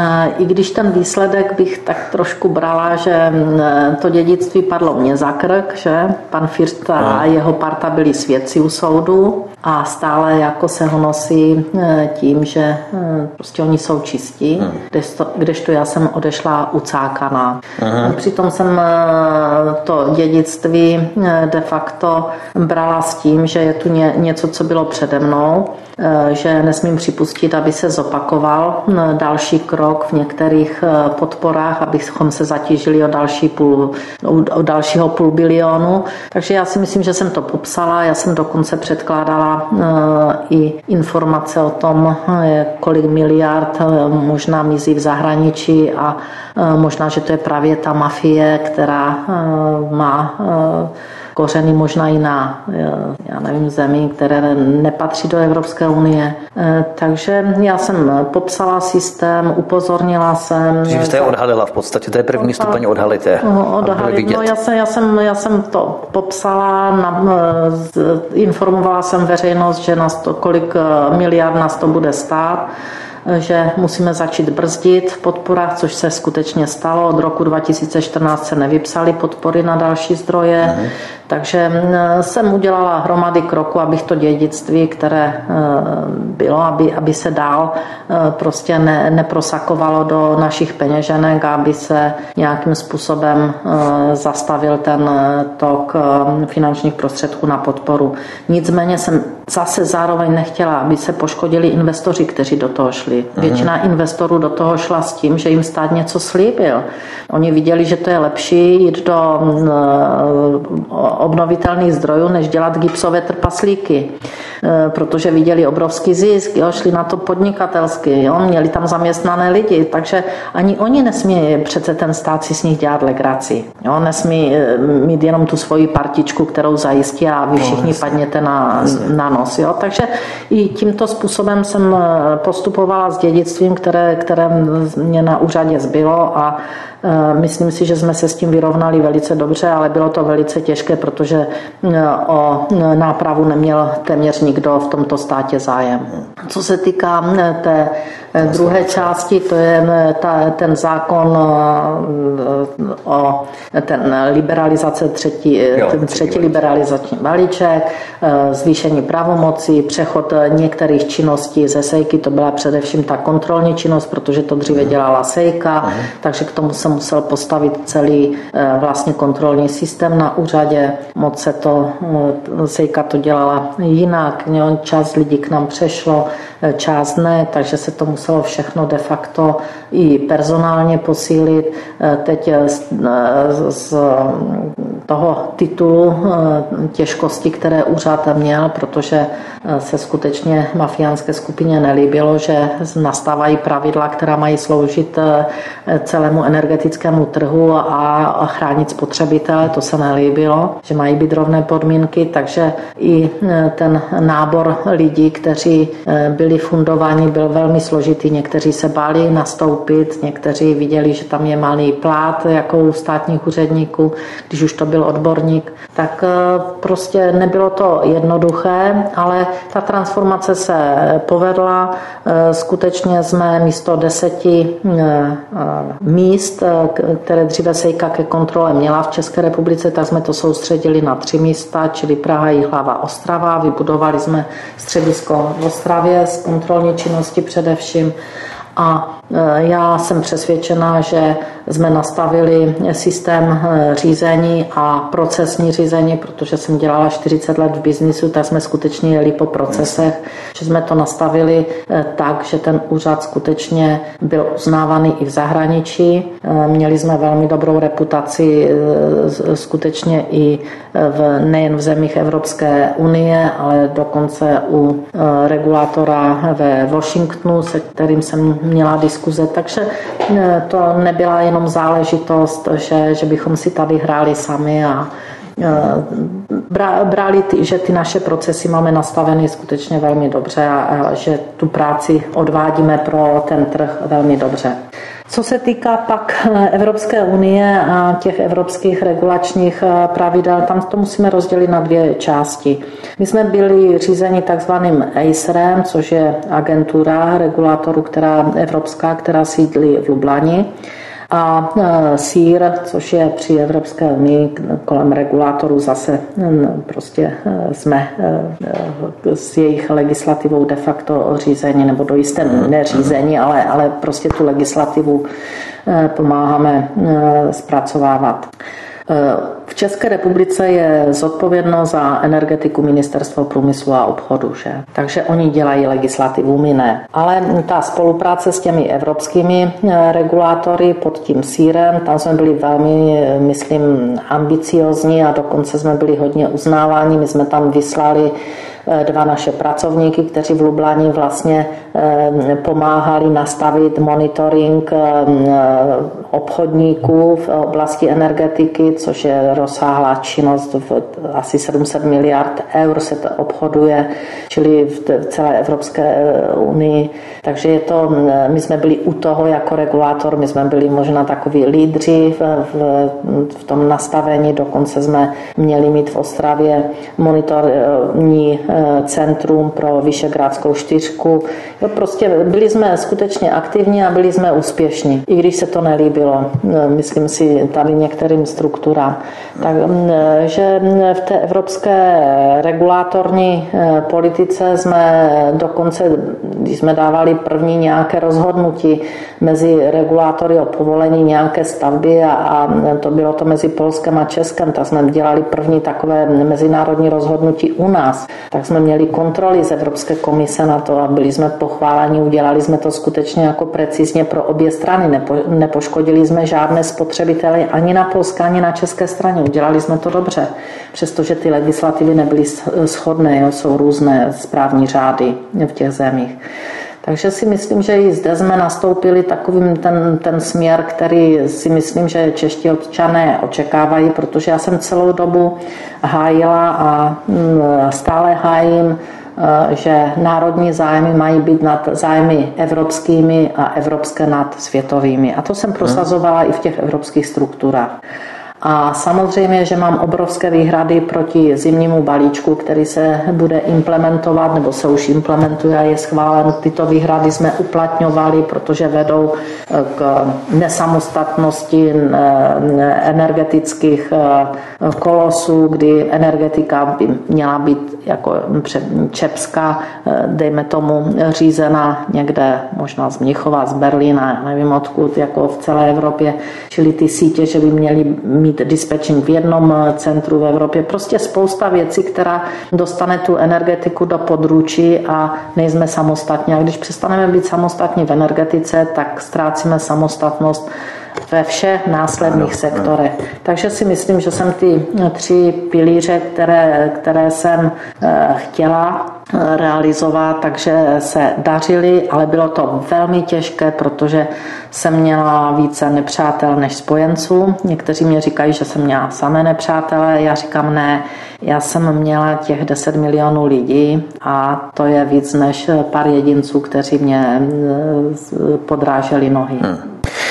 I když ten výsledek bych tak trošku brala, že to dědictví padlo mě za krk, že pan First a jeho parta byli svědci u soudu a stále jako se ho nosí tím, že prostě oni jsou čistí, kdežto, kdežto já jsem odešla ucákaná. Aha. Přitom jsem to dědictví de facto brala s tím, že je tu ně, něco, co bylo přede mnou, že nesmím připustit, aby se zopakoval další krok v některých podporách, abychom se zatížili o, další půl, o dalšího půl bilionu. Takže já si myslím, že jsem to popsala. Já jsem dokonce předkládala i informace o tom, kolik miliard možná mizí v zahraničí a možná, že to je právě ta mafie, která má kořeny možná i na, já nevím, zemi, které nepatří do Evropské unie. Takže já jsem popsala systém, upozornila jsem. Že jste je odhalila v podstatě, to je první stupeň odhalit je. Odhalit, no já jsem, já, jsem, já jsem to popsala, na, informovala jsem veřejnost, že nás to, kolik miliard nás to bude stát, že musíme začít brzdit v podporách, což se skutečně stalo. Od roku dva tisíce čtrnáct se nevypsaly podpory na další zdroje, mm. takže jsem udělala hromady kroků, abych to dědictví, které bylo, aby, aby se dál prostě ne, neprosakovalo do našich peněženek, aby se nějakým způsobem zastavil ten tok finančních prostředků na podporu. Nicméně jsem zase zároveň nechtěla, aby se poškodili investoři, kteří do toho šli. Většina investorů do toho šla s tím, že jim stát něco slíbil. Oni viděli, že to je lepší jít do obnovitelných zdrojů, než dělat gipsové trpaslíky. Protože viděli obrovský zisk, jo, šli na to podnikatelsky, jo, měli tam zaměstnané lidi, takže ani oni nesmí přece ten stát si s nich dělat legraci. Jo, nesmí mít jenom tu svoji partičku, kterou zajistí a vy všichni padněte na, na nos. Jo. Takže i tímto způsobem jsem postupovala s dědictvím, které, které mě na úřadě zbylo a myslím si, že jsme se s tím vyrovnali velice dobře, ale bylo to velice těžké, protože o nápravu neměl téměř nikdo v tomto státě zájem. Co se týká té druhé části, to je ta, ten zákon o ten liberalizace, třetí, ten třetí liberalizační balíček, zvýšení pravomocí, přechod některých činností ze SEIKy, to byla především ta kontrolní činnost, protože to dříve dělala SEIKa, uh-huh. takže k tomu se musel postavit celý vlastně kontrolní systém na úřadě. Moc se to, SEIKa to dělala jinak, část lidí k nám přešlo, část ne, takže se to muselo všechno de facto i personálně posílit. Teď z toho titulu těžkosti, které úřad měl, protože se skutečně mafiánské skupině nelíbilo, že nastávají pravidla, která mají sloužit celému energetickému trhu a chránit spotřebitele, to se nelíbilo, že mají být rovné podmínky, takže i ten nábor lidí, kteří byli fundováni, byl velmi složitý. Někteří se báli nastoupit, někteří viděli, že tam je malý plát jako u státních úředníků, když už to byl odborník, tak prostě nebylo to jednoduché, ale ta transformace se povedla. Skutečně jsme místo deseti míst, které dříve SEIKa ke kontrole měla v České republice, tak jsme to soustředili na tři místa, čili Praha, Jihlava, Ostrava. Vybudovali jsme středisko v Ostravě z kontrolní činnosti především. A já jsem přesvědčená, že jsme nastavili systém řízení a procesní řízení, protože jsem dělala čtyřicet let v biznisu, tak jsme skutečně jeli po procesech, že jsme to nastavili tak, že ten úřad skutečně byl uznávaný i v zahraničí. Měli jsme velmi dobrou reputaci skutečně i v, nejen v zemích Evropské unie, ale dokonce u regulátora ve Washingtonu, se kterým jsem měla diskuze, takže to nebyla jenom záležitost, že, že bychom si tady hráli sami a brali, že ty naše procesy máme nastaveny skutečně velmi dobře a, a že tu práci odvádíme pro ten trh velmi dobře. Co se týká pak Evropské unie a těch evropských regulačních pravidel, tam to musíme rozdělit na dvě části. My jsme byli řízeni takzvaným ACERem, což je agentura regulátorů, která evropská, která sídlí v Lublani. A S I R, což je při Evropské unii kolem regulátorů, zase prostě jsme s jejich legislativou de facto řízení, nebo do jisté neřízení, ale, ale prostě tu legislativu pomáháme zpracovávat. V České republice je zodpovědno za energetiku Ministerstvo průmyslu a obchodu, že? Takže oni dělají legislativu, my ne. Ale ta spolupráce s těmi evropskými regulátory pod tím sírem, tam jsme byli velmi, myslím, ambiciozní a dokonce jsme byli hodně uznáváni. My jsme tam vyslali dva naše pracovníky, kteří v Lublani vlastně pomáhali nastavit monitoring obchodníků v oblasti energetiky, což je rozsáhlá činnost, v asi sedm set miliard eur se to obchoduje, čili v celé Evropské unii. Takže je to, my jsme byli u toho jako regulátor, my jsme byli možná takoví lídři v, v, v tom nastavení, dokonce jsme měli mít v Ostravě monitorní centrum pro Visegrádskou čtyřku. Jo, prostě byli jsme skutečně aktivní a byli jsme úspěšní, i když se to nelíbilo, myslím si, tady některým strukturám. Takže v té evropské regulatorní politice politice jsme dokonce, když jsme dávali první nějaké rozhodnutí mezi regulátory o povolení nějaké stavby a, a to bylo to mezi Polskem a Českem, tak jsme dělali první takové mezinárodní rozhodnutí u nás. Tak jsme měli kontroly z Evropské komise na to a byli jsme pochváleni, udělali jsme to skutečně jako precizně pro obě strany. Nepo, nepoškodili jsme žádné spotřebitele ani na polské, ani na české straně. Udělali jsme to dobře, přestože ty legislativy nebyly shodné, jo, jsou různé správní řády v těch zemích. Takže si myslím, že i zde jsme nastoupili takovým ten, ten směr, který si myslím, že čeští občané očekávají, protože já jsem celou dobu hájila a stále hájím, že národní zájmy mají být nad zájmy evropskými a evropské nad světovými. A to jsem prosazovala hmm. i v těch evropských strukturách. A samozřejmě, že mám obrovské výhrady proti zimnímu balíčku, který se bude implementovat, nebo se už implementuje a je schválen. Tyto výhrady jsme uplatňovali, protože vedou k nesamostatnosti energetických kolosů, kdy energetika by měla být jako Čepská, dejme tomu, řízena někde možná z Mnichova, z Berlína, nevím odkud, jako v celé Evropě, čili ty sítě, že by měly mít dispečing v jednom centru v Evropě. Prostě spousta věcí, která dostane tu energetiku do područí a nejsme samostatní. A když přestaneme být samostatní v energetice, tak ztrácíme samostatnost ve všech následných sektorech. Takže si myslím, že jsem ty tři pilíře, které, které jsem chtěla realizovat, takže se dařily, ale bylo to velmi těžké, protože jsem měla více nepřátel než spojenců. Někteří mě říkají, že jsem měla samé nepřátelé, já říkám ne, já jsem měla těch deset milionů lidí a to je víc než pár jedinců, kteří mě podráželi nohy. Hmm.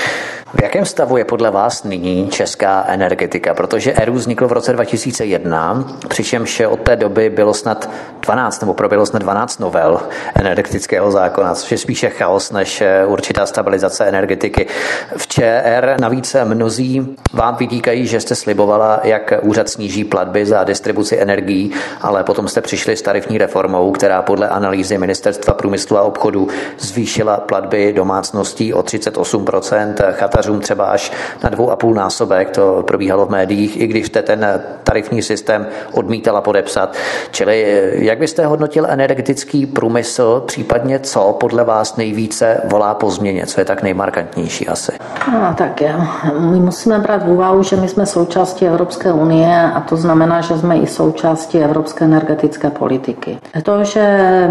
V jakém stavu je podle vás nyní česká energetika? Protože E R U vzniklo v roce dva tisíce jedna, přičemž od té doby bylo snad dvanáct nebo proběhlo snad dvanáct novel energetického zákona, což je spíše chaos než určitá stabilizace energetiky. V Č R navíc mnozí vám vytýkají, že jste slibovala, jak úřad sníží platby za distribuci energií, ale potom jste přišli s tarifní reformou, která podle analýzy Ministerstva průmyslu a obchodu zvýšila platby domácností o třicet osm procent, chatařům třeba až na dvou a půl násobek, to probíhalo v médiích, i když jste ten tarifní systém odmítala podepsat. Čili jak byste hodnotil energetický průmysl, případně co podle vás nejvíce volá po změně, co je tak nejmarkantnější asi? No, tak jo. My musíme brát v úvahu, že my jsme součástí Evropské unie a to znamená, že jsme i součástí evropské energetické politiky. To, že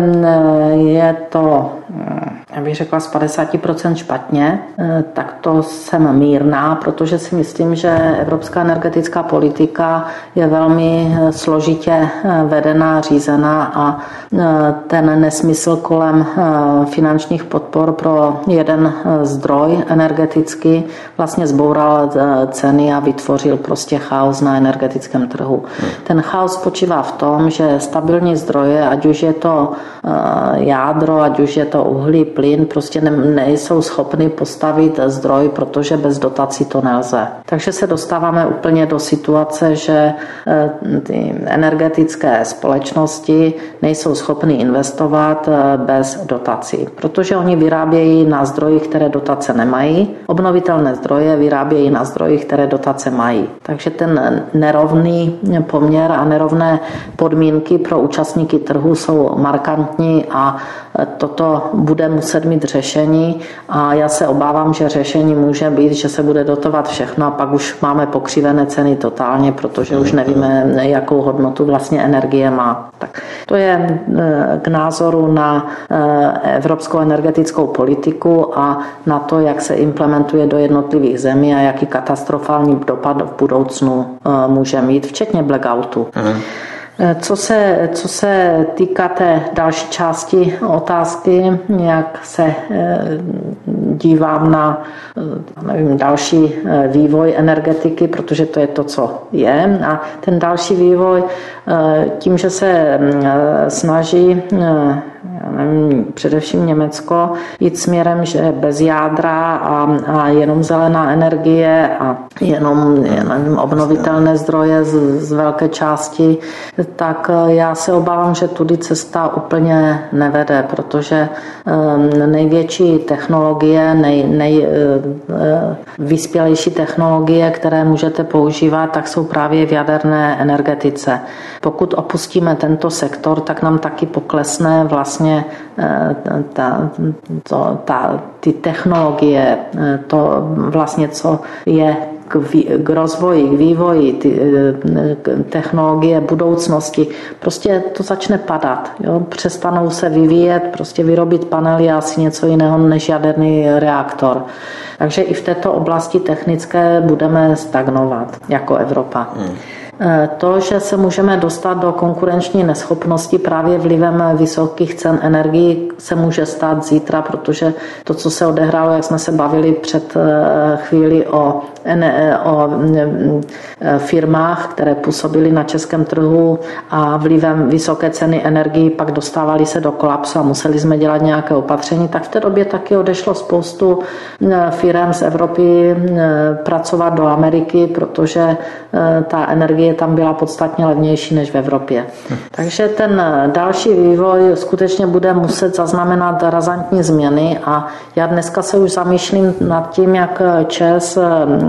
je to, já bych řekla, z padesát procent špatně, tak to jsem mírná, protože si myslím, že evropská energetická politika je velmi složitě vedená, řízená a ten nesmysl kolem finančních podpor pro jeden zdroj energetický vlastně zboural ceny a vytvořil prostě chaos na energetickém trhu. Ten chaos spočívá v tom, že stabilní zdroje, ať už je to jádro, ať už je to uhlí, plyn, prostě ne, nejsou schopny postavit zdroj, protože bez dotací to nelze. Takže se dostáváme úplně do situace, že ty energetické společnosti nejsou schopny investovat bez dotací, protože oni vyrábějí na zdrojích, které dotace nemají. Obnovitelné zdroje vyrábějí na zdrojích, které dotace mají. Takže ten nerovný poměr a nerovné podmínky pro účastníky trhu jsou markantní a toto bude muset mít řešení a já se obávám, že řešení může být, že se bude dotovat všechno a pak už máme pokřivené ceny totálně, protože už nevíme, jakou hodnotu vlastně energie má. Tak to je k názoru na evropskou energetickou politiku a na to, jak se implementuje do jednotlivých zemí a jaký katastrofální dopad v budoucnu může mít, včetně blackoutu. Aha. Co se, co se týká té další části otázky, jak se dívám na nevím, další vývoj energetiky, protože to je to, co je. A ten další vývoj tím, že se snaží já nevím, především Německo jít směrem, že bez jádra a, a jenom zelená energie a jenom já nevím, obnovitelné zdroje z, z velké části, tak já se obávám, že tudy cesta úplně nevede, protože um, největší technologie, nej, nej, uh, vyspělejší technologie, které můžete používat, tak jsou právě v jaderné energetice. Pokud opustíme tento sektor, tak nám taky poklesne vlastně ta, to, ta, ty technologie, to vlastně, co je k, vý, k rozvoji, k vývoji, ty technologie budoucnosti, prostě to začne padat. Jo? Přestanou se vyvíjet, prostě vyrobit panely a asi něco jiného než jaderný reaktor. Takže i v této oblasti technické budeme stagnovat jako Evropa. Hmm. To, že se můžeme dostat do konkurenční neschopnosti právě vlivem vysokých cen energií, se může stát zítra, protože to, co se odehrálo, jak jsme se bavili před chvíli o, o firmách, které působily na českém trhu a vlivem vysoké ceny energií pak dostávali se do kolapsu a museli jsme dělat nějaké opatření, tak v té době taky odešlo spoustu firem z Evropy pracovat do Ameriky, protože ta energie tam byla podstatně levnější než v Evropě. Takže ten další vývoj skutečně bude muset zaznamenat razantní změny a já dneska se už zamýšlím nad tím, jak ČEZ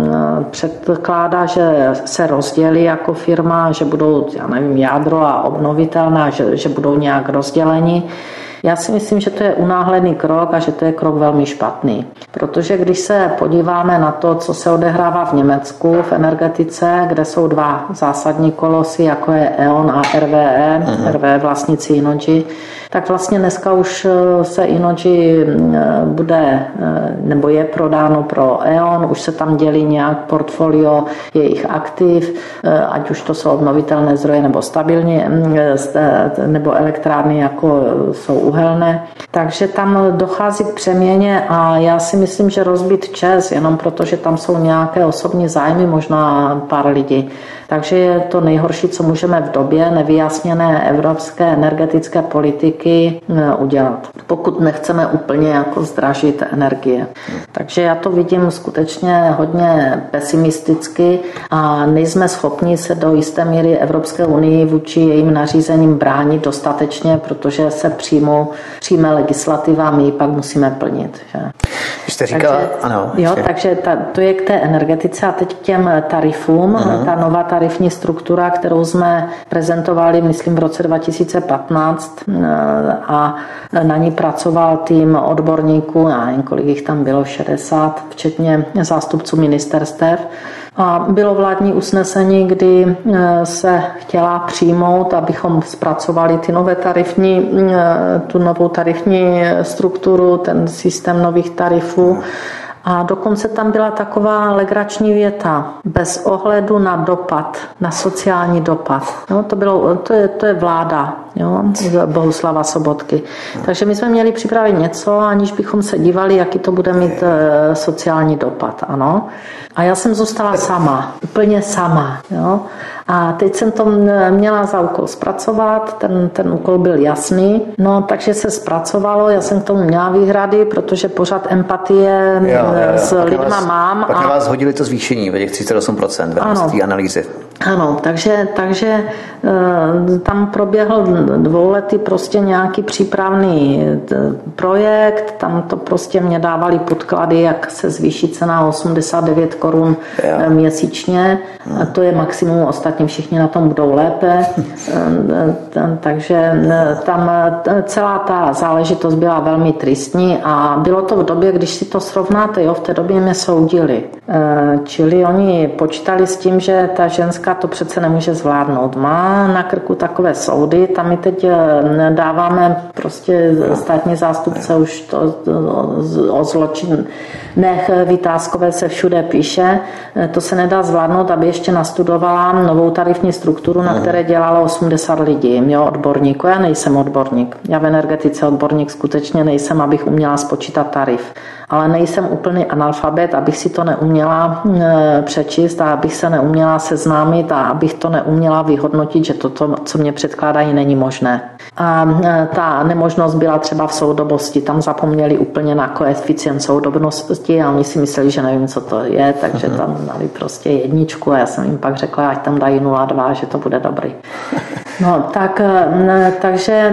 předkládá, že se rozdělí jako firma, že budou, já nevím, jádro a obnovitelná, že, že budou nějak rozděleni. Já si myslím, že to je unáhlený krok a že to je krok velmi špatný. Protože když se podíváme na to, co se odehrává v Německu v energetice, kde jsou dva zásadní kolosy, jako je E O N a R V E, uh-huh. R V E vlastníci Innogy, tak vlastně dneska už se Innogy bude, nebo je prodáno pro E O N, už se tam dělí nějak portfolio jejich aktiv, ať už to jsou obnovitelné zdroje nebo stabilní, nebo elektrárny, jako jsou uhelné. Takže tam dochází k přeměně a já si myslím, že rozbít ČEZ jenom proto, že tam jsou nějaké osobní zájmy, možná pár lidí. Takže je to nejhorší, co můžeme v době nevyjasněné evropské energetické politiky udělat, pokud nechceme úplně jako zdražit energie. Takže já to vidím skutečně hodně pesimisticky a nejsme schopni se do jisté míry Evropské unii vůči jejím nařízením bránit dostatečně, protože se přijmou, přijme legislativa a my ji pak musíme plnit. Že? Jste říkala, takže, ano. Jo, takže ta, to je k té energetice a teď k těm tarifům. Uh-huh. Ta nová tarifní struktura, kterou jsme prezentovali, myslím, v roce dva tisíce patnáct a na ní pracoval tým odborníků, já nevím, kolik jich tam bylo, šedesát, včetně zástupců ministerstev. A bylo vládní usnesení, kdy se chtěla přijmout, abychom zpracovali ty nové tarifní, tu novou tarifní strukturu, ten systém nových tarifů. A dokonce tam byla taková legrační věta, bez ohledu na dopad, na sociální dopad. No, to, bylo, to, je, to je vláda, jo, Bohuslava Sobotky. Takže my jsme měli připravit něco, aniž bychom se dívali, jaký to bude mít sociální dopad. Ano. A já jsem zůstala sama, úplně sama. Jo. A teď jsem to měla za úkol zpracovat, ten, ten úkol byl jasný, no takže se zpracovalo, já jsem k tomu měla výhrady, protože pořád empatie jo, jo, jo. s pak lidma vás, mám. Pak a na vás hodili to zvýšení ve těch třicet osm procent v rámci té analýzy. Ano, takže, takže e, tam proběhl dvouletý prostě nějaký přípravný projekt, tam to prostě mě dávali podklady, jak se zvýší cena osmdesát devět korun jo. měsíčně, hmm. a to je maximum, ostatní všichni na tom budou lépe, takže tam celá ta záležitost byla velmi tristní a bylo to v době, když si to srovnáte, jo, v té době mě soudili, čili oni počítali s tím, že ta ženská to přece nemůže zvládnout. Má na krku takové soudy, tam my teď dáváme prostě státní zástupce už to o zločinech vytázkové se všude píše, to se nedá zvládnout, aby ještě nastudovala novou tarifní strukturu, na které dělalo osmdesát lidí, jo, odborníků. Já nejsem odborník. Já v energetice odborník skutečně nejsem, abych uměla spočítat tarif. ale nejsem úplný analfabet, abych si to neuměla přečíst a abych se neuměla seznámit a abych to neuměla vyhodnotit, že toto, co mě předkládají, není možné. A ta nemožnost byla třeba v soudobosti. Tam zapomněli úplně na koeficient soudobnosti a oni si mysleli, že nevím, co to je, takže tam dali prostě jedničku a já jsem jim pak řekla, ať tam dají nula dva, že to bude dobrý. No, tak, takže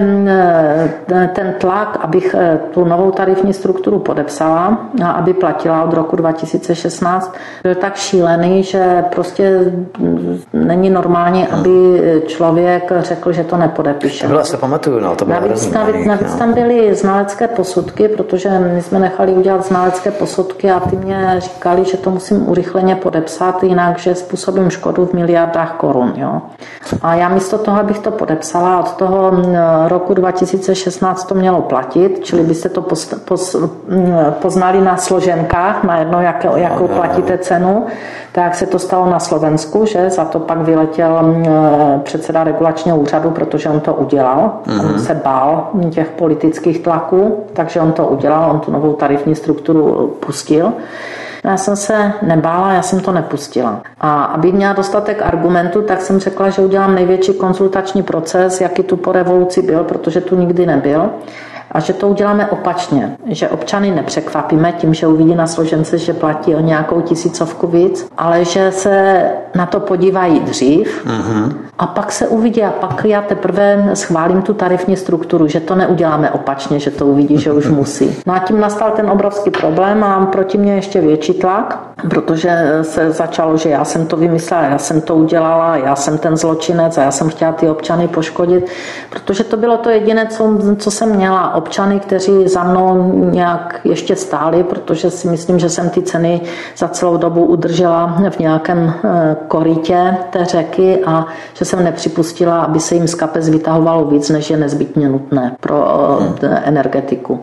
ten tlak, abych tu novou tarifní strukturu podepsala a aby platila od roku dva tisíce šestnáct, byl tak šílený, že prostě není normální, aby člověk řekl, že to nepodepíše. To bylo, se pamatuju, no, to bylo navíc, navíc, navíc no. Tam byly znalecké posudky, protože my jsme nechali udělat znalecké posudky a ty mě říkali, že to musím urychleně podepsat, jinak, že způsobím škodu v miliardách korun. Jo. A já místo toho, abych to podepsala, od toho roku dva tisíce šestnáct to mělo platit, čili byste to poz, poz, poznali na složenkách, na jedno, jak, jakou platíte cenu, tak se to stalo na Slovensku, že za to pak vyletěl předseda regulačního úřadu, protože on to udělal. Mm-hmm. On se bál těch politických tlaků, takže on to udělal, on tu novou tarifní strukturu pustil. Já jsem se nebála, já jsem to nepustila. A aby měla dostatek argumentů, tak jsem řekla, že udělám největší konzultační proces, jaký tu po revoluci byl, protože tu nikdy nebyl. A že to uděláme opačně, že občany nepřekvapíme tím, že uvidí na složence, že platí o nějakou tisícovku víc, ale že se na to podívají dřív mm-hmm. a pak se uvidí a pak já teprve schválím tu tarifní strukturu, že to neuděláme opačně, že to uvidí, že už musí. No a tím nastal ten obrovský problém a proti mě ještě větší tlak, protože se začalo, že já jsem to vymyslela, já jsem to udělala, já jsem ten zločinec a já jsem chtěla ty občany poškodit, protože to bylo to jediné, co, co jsem měla. Občany, kteří za mnou nějak ještě stáli, protože si myslím, že jsem ty ceny za celou dobu udržela v nějakém korytě té řeky a že jsem nepřipustila, aby se jim z kapes vytahovalo víc, než je nezbytně nutné pro energetiku.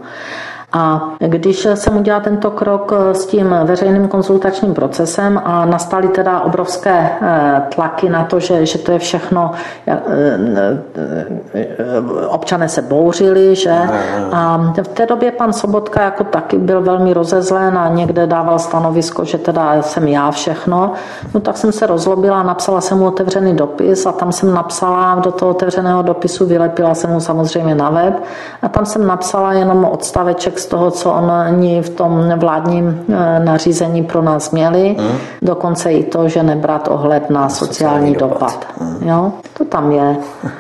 A když jsem udělala tento krok s tím veřejným konzultačním procesem a nastaly teda obrovské tlaky na to, že, že to je všechno, občané se bouřili, že? A v té době pan Sobotka jako taky byl velmi rozezlen a někde dával stanovisko, že teda jsem já všechno. No tak jsem se rozlobila, napsala jsem mu otevřený dopis a tam jsem napsala do toho otevřeného dopisu, vylepila jsem mu samozřejmě na web a tam jsem napsala jenom odstaveček z toho, co oni v tom vládním nařízení pro nás měli. Mm. Dokonce i to, že nebrat ohled na sociální, sociální dopad. dopad. Mm. Jo? To tam je.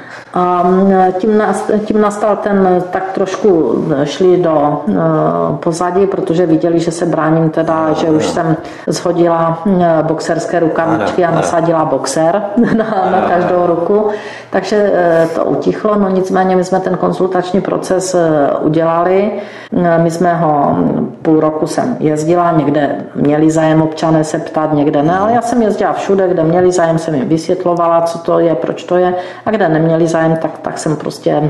A tím, tím nastal ten, tak trošku šli do pozadí, protože viděli, že se bráním teda, že už jsem shodila boxerské rukavičky a nasadila boxer na, na každou ruku. Takže to utichlo, no nicméně my jsme ten konzultační proces udělali. My jsme ho, půl roku jsem jezdila, někde měli zájem občané se ptát, někde ne, ale já jsem jezdila všude, kde měli zájem, jsem jim vysvětlovala, co to je, proč to je, a kde neměli zájem, tak, tak jsem prostě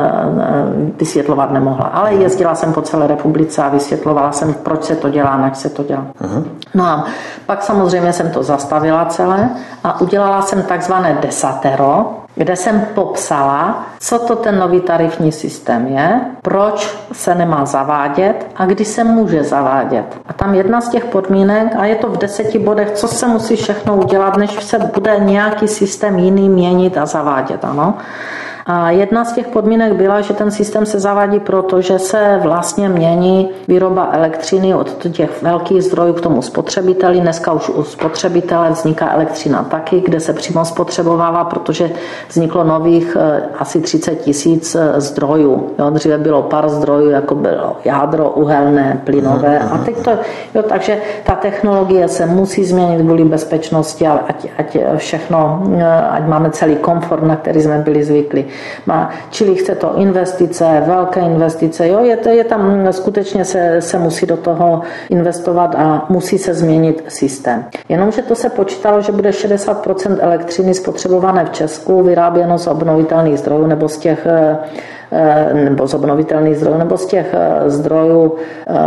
vysvětlovat nemohla. Ale jezdila jsem po celé republice a vysvětlovala jsem, proč se to dělá, nač se to dělá. Uh-huh. No a pak samozřejmě jsem to zastavila celé a udělala jsem takzvané desatero, kde jsem popsala, co to ten nový tarifní systém je, proč se nemá zavádět a kdy se může zavádět. A tam jedna z těch podmínek, a je to v deseti bodech, co se musí všechno udělat, než se bude nějaký systém jiný měnit a zavádět, ano. A jedna z těch podmínek byla, že ten systém se zavádí proto, že se vlastně mění výroba elektřiny od těch velkých zdrojů k tomu spotřebiteli. Dneska už u spotřebitele vzniká elektřina taky, kde se přímo spotřebovává, protože vzniklo nových asi třicet tisíc zdrojů. Jo, dříve bylo pár zdrojů, jako bylo jádro, uhelné, plynové. A teď to, jo, takže ta technologie se musí změnit kvůli bezpečnosti, ale ať, ať všechno, ať máme celý komfort, na který jsme byli zvyklí. Má, čili chce to investice, velké investice, jo, je, to, je tam skutečně se, se musí do toho investovat a musí se změnit systém. Jenomže to se počítalo, že bude šedesát procent elektřiny spotřebované v Česku vyráběno z obnovitelných zdrojů nebo z těch nebo z obnovitelných zdrojů nebo z těch zdrojů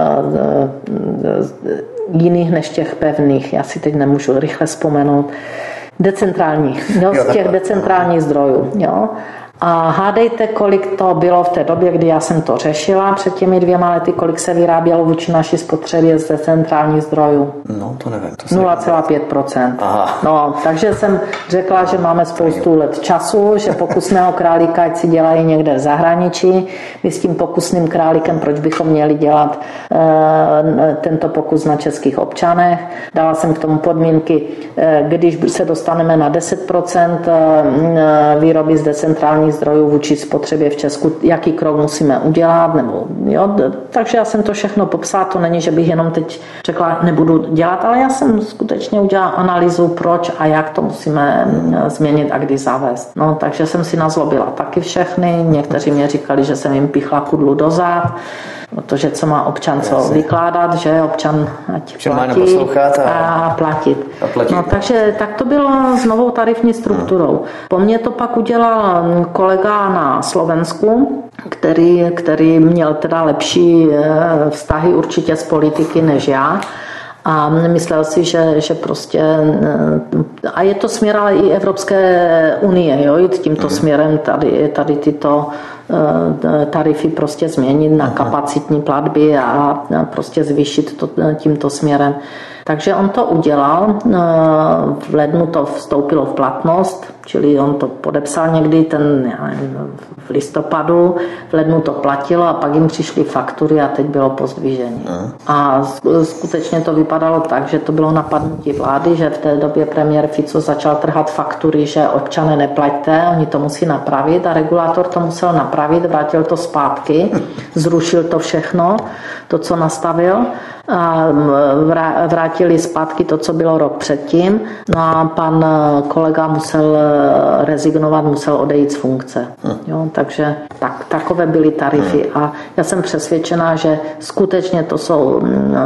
jiných než těch pevných. Já si teď nemůžu rychle vzpomenout. Decentrálních, jo, z těch decentrálních zdrojů, jo. A hádejte, kolik to bylo v té době, kdy já jsem to řešila před těmi dvěma lety, kolik se vyrábělo vůči naší spotřebě ze centrálních zdrojů? No, to nevím. To nula celá pět procenta. No, takže jsem řekla, že máme spoustu let času, že pokusného králíka ať si dělají někde v zahraničí. My s tím pokusným králíkem, proč bychom měli dělat e, tento pokus na českých občanech. Dala jsem k tomu podmínky, e, když se dostaneme na deset procent e, výroby z decentrálních zdrojů vůči spotřebě v Česku, jaký krok musíme udělat, nebo jo, takže já jsem to všechno popsala, to není, že bych jenom teď řekla, nebudu dělat, ale já jsem skutečně udělala analýzu, proč a jak to musíme změnit a kdy zavést. No, takže jsem si nazlobila taky všechny, někteří mě říkali, že jsem jim pichla kudlu do zád, protože co má občan co vykládat, že občan ať platí a, a platit. A platit. No, takže tak to bylo s novou tarifní strukturou. Po mně to pak udělal kolega na Slovensku, který, který měl teda lepší vztahy určitě z politiky než já. A myslel si, že, že prostě, a je to směr ale i Evropské unie, jo, jít tímto směrem tady, tady tyto tarify prostě změnit na kapacitní platby a prostě zvýšit to tímto směrem. Takže on to udělal, v lednu to vstoupilo v platnost, čili on to podepsal někdy ten, já nevím, v listopadu, v lednu to platilo a pak jim přišly faktury a teď bylo pozdvižení. A skutečně to vypadalo tak, že to bylo napadnutí vlády, že v té době premiér Fico začal trhat faktury, že občané neplaťte, oni to musí napravit a regulátor to musel napravit, vrátil to zpátky, zrušil to všechno, to, co nastavil, a vrátili zpátky to, co bylo rok předtím. No a pan kolega musel rezignovat, musel odejít z funkce. Jo, takže tak, takové byly tarify. A já jsem přesvědčená, že skutečně to jsou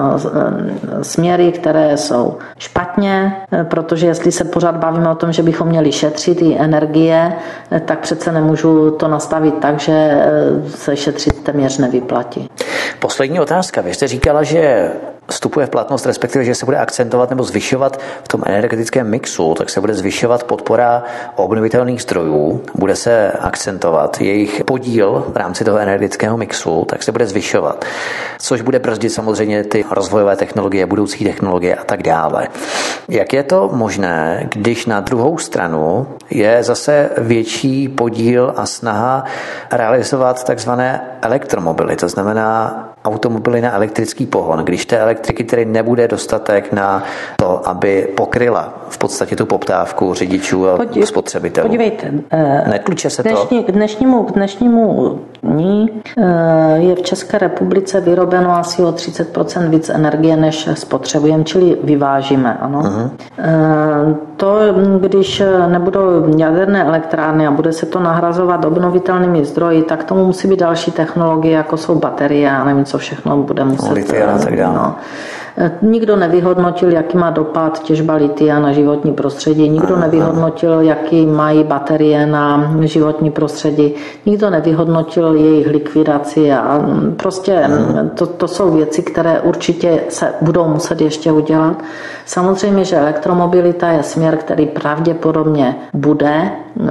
směry, které jsou špatně, protože jestli se pořád bavíme o tom, že bychom měli šetřit i energie, tak přece nemůžu to nastavit tak, že se šetřit téměř nevyplatí. Poslední otázka. Vy jste říkala, že vstupuje v platnost, respektive, že se bude akcentovat nebo zvyšovat v tom energetickém mixu, tak se bude zvyšovat podpora obnovitelných zdrojů, bude se akcentovat jejich podíl v rámci toho energetického mixu, tak se bude zvyšovat, což bude brzdit samozřejmě ty rozvojové technologie, budoucí technologie a tak dále. Jak je to možné, když na druhou stranu je zase větší podíl a snaha realizovat takzvané elektromobily, to znamená automobily na elektrický pohon, když té elektriky tedy nebude dostatek na to, aby pokryla v podstatě tu poptávku řidičů a Podí, spotřebitelů. Podívejte, netluče se dnešní, to? K dnešnímu, k dnešnímu dní je v České republice vyrobeno asi o třicet procent víc energie, než spotřebujeme, čili vyvážíme. Ano. Uh-huh. To, když nebudou jaderné elektrárny a bude se to nahrazovat obnovitelnými zdroji, tak tomu musí být další technologie, jako jsou baterie a nevím, co všechno bude muset. Litia a tak dále. No. Nikdo nevyhodnotil, jaký má dopad těžba litia na životní prostředí, nikdo nevyhodnotil, jaký mají baterie na životní prostředí, nikdo nevyhodnotil jejich likvidaci a prostě to, to jsou věci, které určitě se budou muset ještě udělat. Samozřejmě, že elektromobilita je směr, který pravděpodobně bude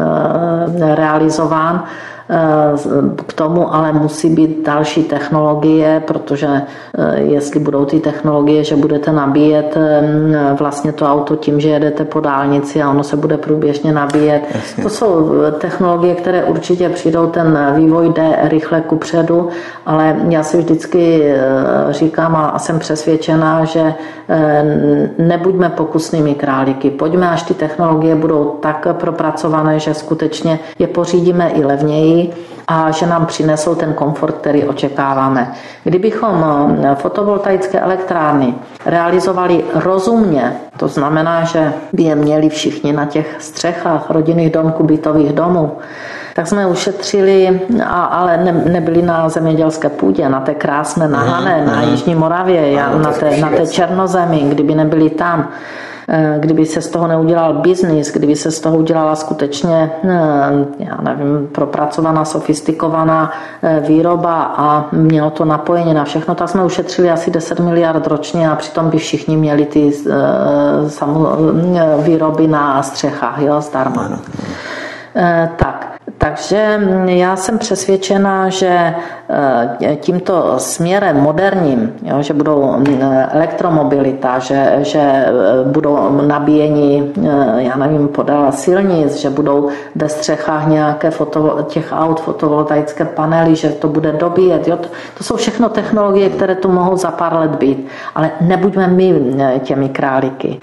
realizován. K tomu ale musí být další technologie, protože jestli budou ty technologie, že budete nabíjet vlastně to auto tím, že jedete po dálnici a ono se bude průběžně nabíjet. Jasně. To jsou technologie, které určitě přijdou, ten vývoj jde rychle kupředu, ale já si vždycky říkám a jsem přesvědčená, že nebuďme pokusnými králíky. Pojďme, až ty technologie budou tak propracované, že skutečně je pořídíme i levněji a že nám přinesou ten komfort, který očekáváme. Kdybychom fotovoltaické elektrárny realizovali rozumně, to znamená, že by je měli všichni na těch střechách rodinných domků, bytových domů, tak jsme ušetřili, a, ale ne, nebyli na zemědělské půdě, na té krásné Nahané, na Jižní Moravě, na té, na té Černozemi, kdyby nebyli tam, kdyby se z toho neudělal biznis, kdyby se z toho udělala skutečně, já nevím, propracovaná, sofistikovaná výroba a mělo to napojení na všechno, tak jsme ušetřili asi deset miliard ročně a přitom by všichni měli ty výroby na střechách, jo, zdarma. Tak, Takže já jsem přesvědčena, že tímto směrem moderním, jo, že budou elektromobilita, že, že budou nabíjení, já nevím, podél silnic, že budou ve střechách nějaké foto, těch aut fotovoltaické panely, že to bude dobíjet. Jo. To, to jsou všechno technologie, které tu mohou za pár let být, ale nebuďme my těmi králíky.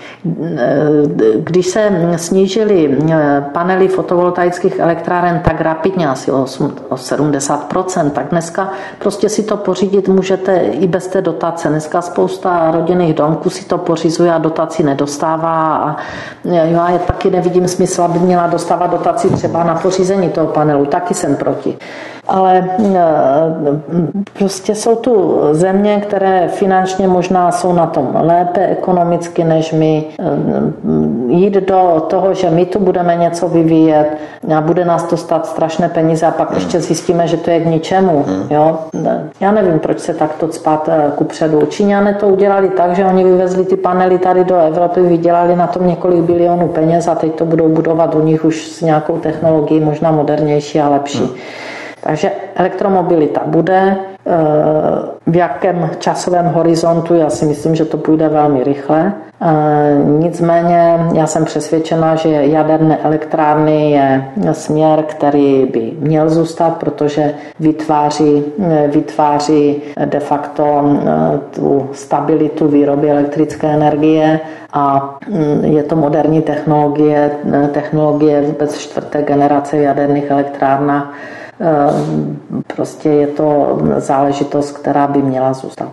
Když se snížily panely fotovoltaických elektráren tak rapidně, asi o sedmdesát procent, tak dneska prostě si to pořídit můžete i bez té dotace. Dneska spousta rodinných domků si to pořizuje a dotaci nedostává. A já je taky nevidím smysl, aby měla dostávat dotaci třeba na pořízení toho panelu. Taky jsem proti. Ale prostě jsou tu země, které finančně možná jsou na tom lépe ekonomicky než my. Jít do toho, že my tu budeme něco vyvíjet a bude nás to stát strašné peníze a pak ještě zjistíme, že to je k ničemu. Jo? Já nevím, proč se takto cpat kupředu. Číňané to udělali tak, že oni vyvezli ty panely tady do Evropy, vydělali na tom několik bilionů peněz a teď to budou budovat u nich už s nějakou technologií možná modernější a lepší. Hmm. Takže elektromobilita bude. V jakém časovém horizontu, já si myslím, že to půjde velmi rychle. Nicméně já jsem přesvědčena, že jaderné elektrárny je směr, který by měl zůstat, protože vytváří, vytváří de facto tu stabilitu výroby elektrické energie a je to moderní technologie, technologie vůbec čtvrté generace v jaderných elektrárnách. Prostě je to záležitost, která by měla zůstat.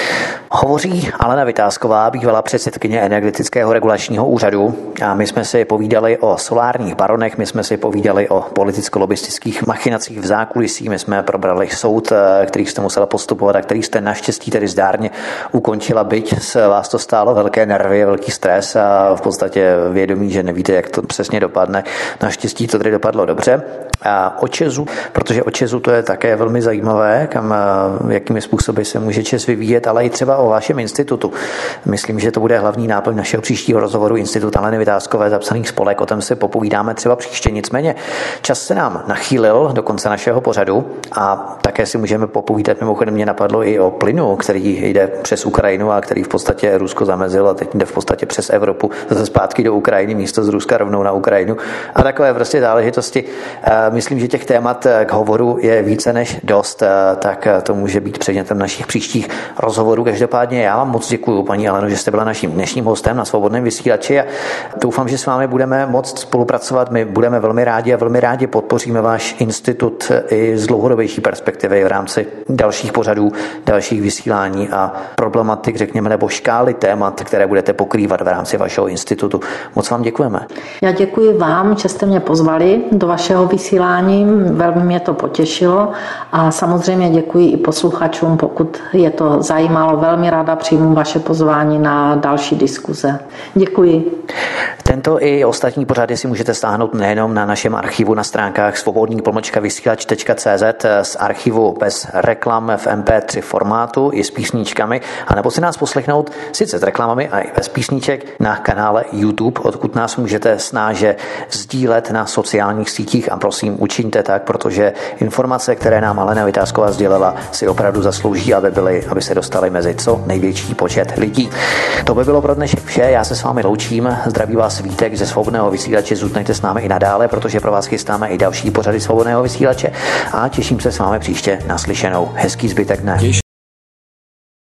Hovoří Alena Vitásková, bývalá předsedkyně Energetického regulačního úřadu, a my jsme si povídali o solárních baronech, my jsme si povídali o politicko-lobistických machinacích v zákulisí, my jsme probrali soud, který jste musela postupovat a který jste naštěstí tedy zdárně ukončila, byť se vás to stálo velké nervy, velký stres a v podstatě vědomí, že nevíte, jak to přesně dopadne. Naštěstí to tedy dopadlo dobře. A o ČEZu, protože o ČEZu to je také velmi zajímavé, kam, jakými způsoby se může ČEZ vyvíjet, ale i třeba o vašem institutu. Myslím, že to bude hlavní náplň našeho příštího rozhovoru, Institut Aleny Vitáskové, zapsaný spolek, o tom si popovídáme třeba příště. Nicméně čas se nám nachýlil do konce našeho pořadu a také si můžeme popovídat, mimochodem mě napadlo i o plynu, který jde přes Ukrajinu a který v podstatě Rusko zamezilo a teď jde v podstatě přes Evropu zase zpátky do Ukrajiny, místo z Ruska rovnou na Ukrajinu a takové prostě záležitosti. Myslím, že těch témat k hovoru je více než dost, tak to může být předmětem našich příštích rozhovorů. Každopádně já vám moc děkuju, paní Aleno, že jste byla naším dnešním hostem na Svobodném vysílači a doufám, že s vámi budeme moct spolupracovat. My budeme velmi rádi a velmi rádi podpoříme váš institut i z dlouhodobější perspektivy v rámci dalších pořadů, dalších vysílání a problematik, řekněme, nebo škály témat, které budete pokrývat v rámci vašeho institutu. Moc vám děkujeme. Já děkuji vám, že jste mě pozvali do vašeho vysílání. Velmi mě to potěšilo a samozřejmě děkuji i posluchačům, pokud je to zajímalo. Velmi ráda přijmu vaše pozvání na další diskuze. Děkuji. Tento i ostatní pořady si můžete stáhnout nejenom na našem archivu na stránkách svobodný pomlčka vysílač tečka cé zet z archivu bez reklam v em pé tři formátu i s písničkami, anebo si nás poslechnout sice s reklamami a i bez písniček na kanále YouTube, odkud nás můžete snáže sdílet na sociálních sítích a prosím učiňte tak, protože informace, které nám Alena Vitásková sdělila, si opravdu zaslouží, aby byly, aby se dostali mezi co největší počet lidí. To by bylo pro dnešek vše, já se s vámi loučím, zdraví vás Vítek ze Svobodného vysílače, zůstaňte s námi i nadále, protože pro vás chystáme i další pořady Svobodného vysílače a těším se s vámi příště naslyšenou. Hezký zbytek dne.